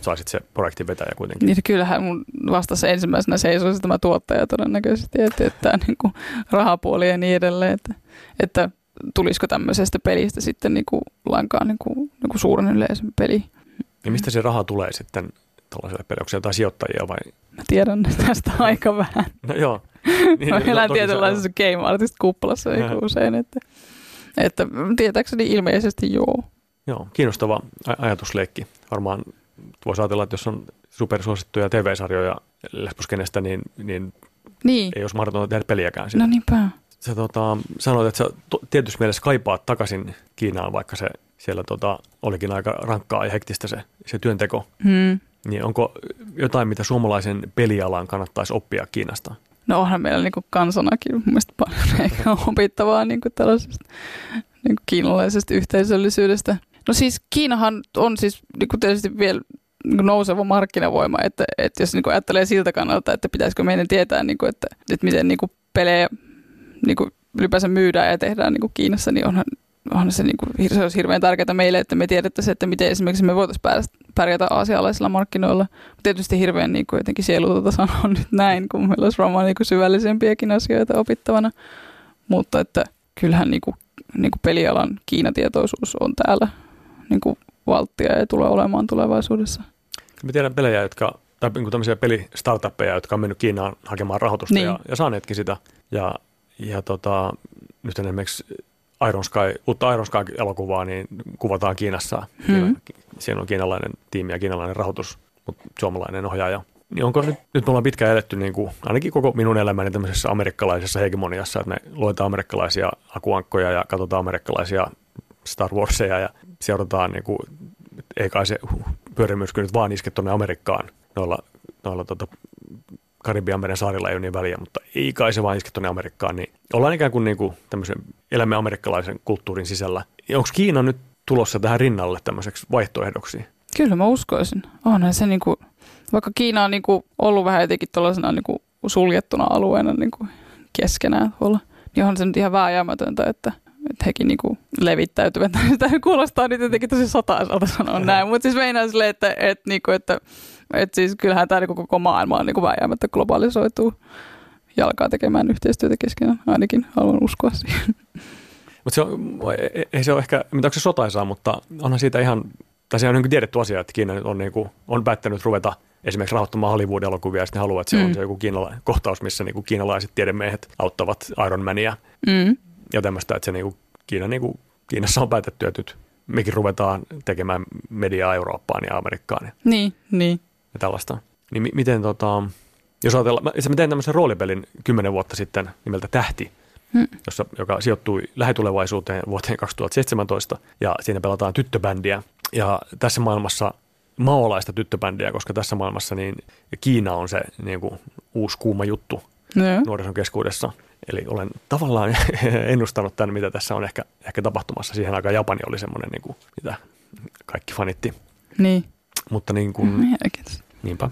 Speaker 1: saisit se projektin vetäjä kuitenkin.
Speaker 3: Niin kyllähän mun vastasi ensimmäisenä seisoisi tämä tuottaja todennäköisesti, että, että tämä niin kuin rahapuoli ja niin edelleen, että, että tulisiko tämmöisestä pelistä sitten niin kuin lainkaan niin kuin, niin kuin suuren yleisön peli.
Speaker 1: Ja mistä se raha tulee sitten tällaiselle pelille? Onko se jotain sijoittajia vai?
Speaker 3: Mä tiedän tästä aika vähän.
Speaker 1: No joo.
Speaker 3: Niin, mä elän no, tietynlaisessa game artist-kuppalassa niin usein, että, että tietääkseni ilmeisesti joo.
Speaker 1: Joo, kiinnostava ajatusleikki. Varmaan voisi ajatella, että jos on supersuosittuja T V-sarjoja lesboskenestä, niin, niin, niin ei olisi mahdotonta tehdä peliäkään siitä.
Speaker 3: No niinpä.
Speaker 1: Sä tota, sanoit, että sä tietysti mielessä kaipaat takaisin Kiinaan, vaikka se siellä tota, olikin aika rankkaa ja hektistä se, se työnteko. Hmm. Niin onko jotain, mitä suomalaisen pelialan kannattaisi oppia Kiinasta?
Speaker 3: No onhan meillä niin kuin kansanakin mun mielestä paljon eikä opittavaa niin kuin tällaisesta niin kuin kiinalaisesta yhteisöllisyydestä. No siis Kiinahan on siis niin kuin tietysti vielä niin kuin nouseva markkinavoima, että, että jos niin kuin ajattelee siltä kannalta, että pitäisikö meidän tietää, niin kuin, että, että miten niin kuin pelejä niin kuin ylipäänsä myydään ja tehdään niin kuin Kiinassa, niin onhan, onhan se, niin kuin, se olisi hirveän tärkeää meille, että me tiedettäisiin, että miten esimerkiksi me voitaisiin pärjätä aasialaisilla markkinoilla. Tietysti hirveän niin kuin jotenkin sielutonta sanoa nyt näin, kun meillä olisi varmaan niin kuin syvällisempiäkin asioita opittavana, mutta että kyllähän niin kuin, niin kuin pelialan Kiinatietoisuus on täällä niin kuin valttia ja tulee olemaan tulevaisuudessa.
Speaker 1: Me tiedän pelejä, jotka, tai niin kuin tämmöisiä pelistartuppeja, jotka on mennyt Kiinaan hakemaan rahoitusta niin. ja, ja saaneetkin sitä. Ja, ja tota, nyt esimerkiksi Iron Sky, uutta Iron Sky-elokuvaa niin kuvataan Kiinassa. Hmm. Siinä on kiinalainen tiimi ja kiinalainen rahoitus, mutta suomalainen ohjaaja. Niin onko nyt, nyt me ollaan pitkään eletty, niin kuin, ainakin koko minun elämäni tämmöisessä amerikkalaisessa hegemoniassa, että me luetaan amerikkalaisia akuankkoja ja katsotaan amerikkalaisia Star Warseja ja seurataan, niin kuin, ei kai se pyörimyrsky nyt vaan iske tuonne Amerikkaan. Noilla, noilla tota, Karibian meren saarilla ei ole niin väliä, mutta ei kai se vaan iske tuonne Amerikkaan. Niin ollaan ikään kuin, niin kuin tämmöisen elämme amerikkalaisen kulttuurin sisällä. Onko Kiina nyt tulossa tähän rinnalle tämmöiseksi vaihtoehdoksi?
Speaker 3: Kyllä mä uskoisin. Onhan se niin kuin, vaikka Kiina on niin kuin ollut vähän jotenkin tuollaisena niin kuin suljettuna alueena niin kuin keskenään tuolla, niin onhan se nyt ihan vääjäämätöntä, että että hekin niinku levittäytyvät. Tämä kuulostaa nyt jotenkin tosi sotaisalta sanoa näin, mutta siis meinaa silleen, että, että, niinku, että, että siis kyllähän tämä niinku koko maailma on niinku vääjäämättä globalisoituu ja alkaa tekemään yhteistyötä keskenään. Ainakin haluan uskoa siihen.
Speaker 1: Mutta se on, ei se ole ehkä, mitä onko se sotaisaa, mutta onhan siitä ihan, tai se on niin kuin tiedetty asia, että Kiina on, niin kuin, on päättänyt ruveta esimerkiksi rahoittamaan Hollywood-elokuvia ja sitten haluaa, että se mm. on se joku kiinala- kohtaus, missä niin kuin kiinalaiset tiedemiehet auttavat Iron Mania. Mm. Ja tämmöistä, että se niinku, Kiina, niinku, Kiinassa on päätetty, että nyt mekin ruvetaan tekemään mediaa Eurooppaan ja Amerikkaan. Ja,
Speaker 3: niin, niin.
Speaker 1: Ja tällaista. Niin m- miten tota, jos ajatellaan, mä, mä tein tämmöisen roolipelin kymmenen vuotta sitten nimeltä Tähti, hmm. jossa, joka sijoittui lähitulevaisuuteen vuoteen kaksituhattaseitsemäntoista ja siinä pelataan tyttöbändiä. Ja tässä maailmassa maolaista tyttöbändiä, koska tässä maailmassa niin Kiina on se niin kuin, uusi kuuma juttu no. nuorison keskuudessa. Eli olen tavallaan ennustanut tämän, mitä tässä on ehkä, ehkä tapahtumassa. Siihen aikaan Japani oli semmoinen, niin kuin, mitä kaikki fanitti.
Speaker 3: Niin.
Speaker 1: Mutta niin kuin, mm, niinpä,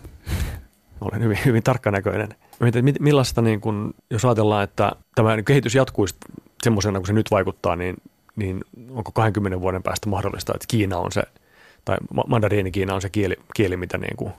Speaker 1: olen hyvin, hyvin tarkkanäköinen. Mietin, millaista, niin kuin, jos ajatellaan, että tämä kehitys jatkuisi semmoisena, kun se nyt vaikuttaa, niin, niin onko kahdenkymmenen vuoden päästä mahdollista, että Kiina on se, tai mandariini Kiina on se kieli, kieli mitä niin kuin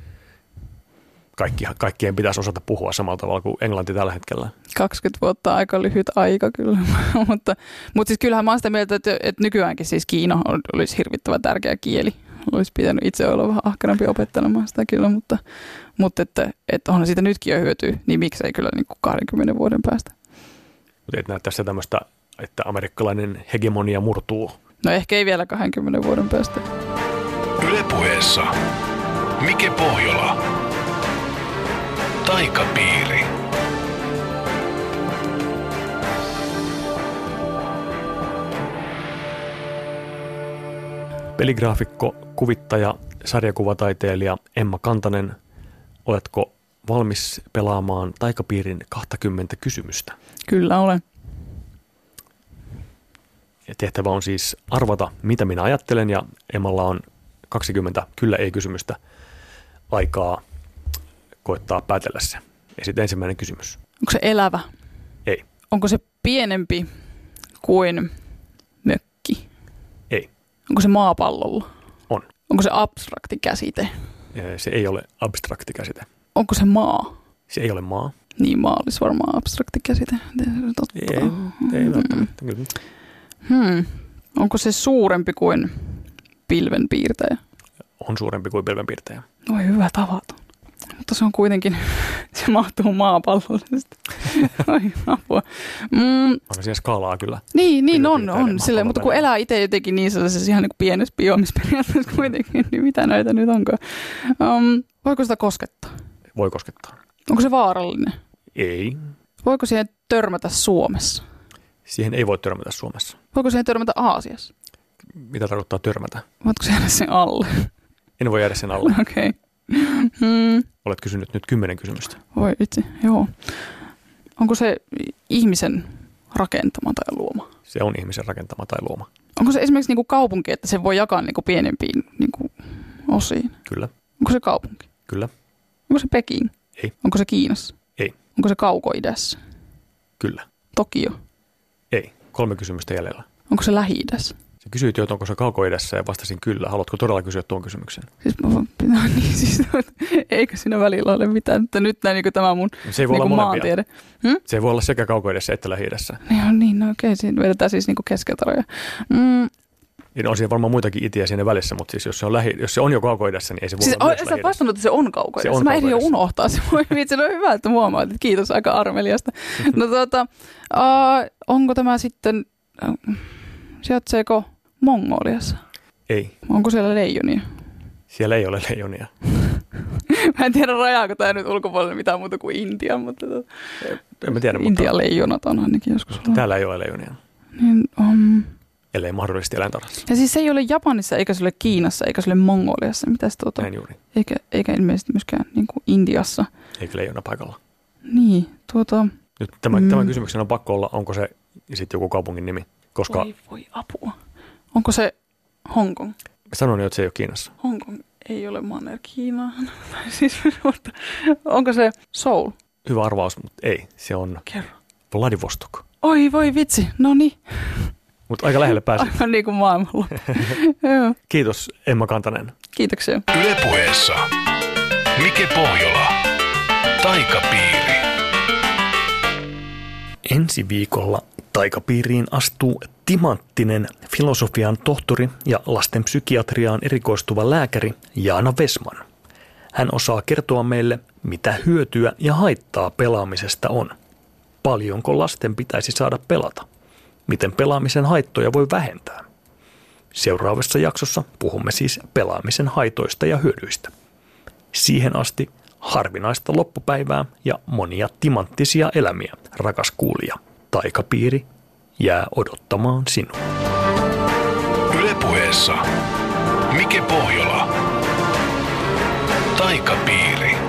Speaker 1: Kaikki, kaikkien pitäisi osata puhua samalla tavalla kuin englanti tällä hetkellä.
Speaker 3: kaksikymmentä vuotta aika lyhyt aika kyllä, mutta, mutta siis kyllähän mä oon sitä mieltä, että, että nykyäänkin siis Kiina olisi hirvittävän tärkeä kieli. Olisi pitänyt itse olla vähän ahkerampi opettelemaan sitä kyllä, mutta, mutta että, että onhan siitä nytkin jo hyötyä, niin miksei kyllä niin kuin kahdenkymmenen vuoden päästä.
Speaker 1: Mutta et näe tässä tämmöistä, että amerikkalainen hegemonia murtuu.
Speaker 3: No ehkä ei vielä kahdenkymmenen vuoden päästä.
Speaker 2: Yle Puheessa Mike Pohjola. Taikapiiri.
Speaker 1: Peligraafikko, kuvittaja, sarjakuvataiteilija Emma Kantanen, oletko valmis pelaamaan Taikapiirin kaksikymmentä kysymystä?
Speaker 3: Kyllä olen.
Speaker 1: Ja tehtävä on siis arvata, mitä minä ajattelen, ja Emmalla on kaksikymmentä kyllä-ei-kysymystä aikaa koettaa päätellä se. Ja sitten ensimmäinen kysymys.
Speaker 3: Onko se elävä?
Speaker 1: Ei.
Speaker 3: Onko se pienempi kuin mökki?
Speaker 1: Ei.
Speaker 3: Onko se maapallolla?
Speaker 1: On.
Speaker 3: Onko se abstrakti käsite?
Speaker 1: Se ei ole abstrakti käsite.
Speaker 3: Onko se maa?
Speaker 1: Se ei ole maa.
Speaker 3: Niin, maa olisi varmaan abstrakti käsite. Totta.
Speaker 1: Ei, ei välttämättä. Kyllä.
Speaker 3: Hmm. Onko se suurempi kuin pilvenpiirtäjä?
Speaker 1: On suurempi kuin pilvenpiirtäjä.
Speaker 3: Oi, hyvä tavaton. Mutta se on kuitenkin, se mahtuu maapallollisesti. Oi, apua. Mm.
Speaker 1: On siinä skaalaa kyllä.
Speaker 3: Niin, niin on, on. Silleen, mutta kun elää itse jotenkin niin sellaisessa ihan niin kuin pienessä biomissa periaatteessa kuitenkin, niin mitä näitä nyt onkaan. Um, voiko sitä koskettaa?
Speaker 1: Voi koskettaa.
Speaker 3: Onko se vaarallinen?
Speaker 1: Ei.
Speaker 3: Voiko siihen törmätä Suomessa?
Speaker 1: Siihen ei voi törmätä Suomessa.
Speaker 3: Voiko siihen törmätä Aasiassa?
Speaker 1: Mitä tarkoittaa törmätä?
Speaker 3: Voitko se jäädä sen alle?
Speaker 1: En voi jäädä sen alle.
Speaker 3: Okei. Okay. Hmm.
Speaker 1: Olet kysynyt nyt kymmenen kysymystä.
Speaker 3: Voi itse, joo. Onko se ihmisen rakentama tai luoma?
Speaker 1: Se on ihmisen rakentama tai luoma.
Speaker 3: Onko se esimerkiksi niinku kaupunki, että se voi jakaa niinku pienempiin niinku osiin?
Speaker 1: Kyllä.
Speaker 3: Onko se kaupunki?
Speaker 1: Kyllä.
Speaker 3: Onko se Peking?
Speaker 1: Ei.
Speaker 3: Onko se Kiinassa?
Speaker 1: Ei.
Speaker 3: Onko se Kauko-idässä?
Speaker 1: Kyllä.
Speaker 3: Tokio?
Speaker 1: Ei. Kolme kysymystä jäljellä.
Speaker 3: Onko se Lähi-idässä?
Speaker 1: Sä kysyit jo, että onko se Kauko-idässä ja vastasin kyllä. Haluatko todella kysyä tuon kysymyksen?
Speaker 3: Siis mä vaan pitää, niin siis, eikö siinä välillä ole mitään, että nyt näin niin tämä mun
Speaker 1: se ei voi
Speaker 3: niin
Speaker 1: olla
Speaker 3: maantiede.
Speaker 1: Hm? Se ei voi olla sekä Kauko-idässä että Lähi-idässä.
Speaker 3: Niin on niin, no okei, siinä vedetään siis niin keskeltä rajoja. Mm.
Speaker 1: Niin on siinä varmaan muitakin itiä siinä välissä, mutta siis jos se on, lähi, jos se on jo Kauko-idässä, niin ei se voi
Speaker 3: siis,
Speaker 1: olla
Speaker 3: o,
Speaker 1: myös
Speaker 3: sä
Speaker 1: Lähi-idässä.
Speaker 3: vastannut, että se on Kauko-idässä. Se mä ehdin jo unohtaa se. Voi vitsi, no hyvä, että huomaat, että kiitos aika armeliasta. No tuota, uh, onko tämä sitten, uh, sijaitseeko Mongoliassa?
Speaker 1: Ei.
Speaker 3: Onko siellä leijonia?
Speaker 1: Siellä ei ole leijonia.
Speaker 3: Mä en tiedä, rajaako tämä nyt ulkopuolelle mitään muuta kuin Intia, mutta to...
Speaker 1: en mä tiedä,
Speaker 3: Intian
Speaker 1: mutta...
Speaker 3: leijonat on ainakin joskus.
Speaker 1: Täällä ei ole leijonia.
Speaker 3: Niin, um...
Speaker 1: Ellei mahdollisesti eläintarhassa.
Speaker 3: Ja siis se ei ole Japanissa, eikä se ole Kiinassa, eikä se ole Mongoliassa. Mitäs tuota?
Speaker 1: Näin juuri.
Speaker 3: Eikä, eikä ilmeisesti myöskään niin kuin Intiassa.
Speaker 1: Eikä leijona paikalla.
Speaker 3: Niin, tuota...
Speaker 1: Nyt tämän,
Speaker 3: mm.
Speaker 1: tämän kysymyksen on pakko olla, onko se sitten joku kaupungin nimi, koska...
Speaker 3: Voi, voi apua. Onko se Hongkong?
Speaker 1: Sanoin jo, että se ei ole Kiinassa.
Speaker 3: Hongkong ei ole manner Kiinaa. siis, mutta onko se Seoul?
Speaker 1: Hyvä arvaus, mutta ei. Se on
Speaker 3: Kerro.
Speaker 1: Vladivostok.
Speaker 3: Oi voi vitsi, no niin.
Speaker 1: Mutta aika lähelle pääsi.
Speaker 3: Aivan niin kuin maailmalla.
Speaker 1: Kiitos Emma Kantanen.
Speaker 3: Kiitoksia.
Speaker 2: Yle Puheessa Mike Pohjola. Taikapiiri.
Speaker 1: Ensi viikolla Taikapiiriin astuu timanttinen filosofian tohtori ja lastenpsykiatriaan erikoistuva lääkäri Jaana Wessman. Hän osaa kertoa meille, mitä hyötyä ja haittaa pelaamisesta on. Paljonko lasten pitäisi saada pelata? Miten pelaamisen haittoja voi vähentää? Seuraavassa jaksossa puhumme siis pelaamisen haitoista ja hyödyistä. Siihen asti harvinaista loppupäivää ja monia timanttisia elämiä, rakas kuulija. Taikapiiri jää odottamaan sinua.
Speaker 2: Yle Puheessa Mike Pohjola. Taikapiiri.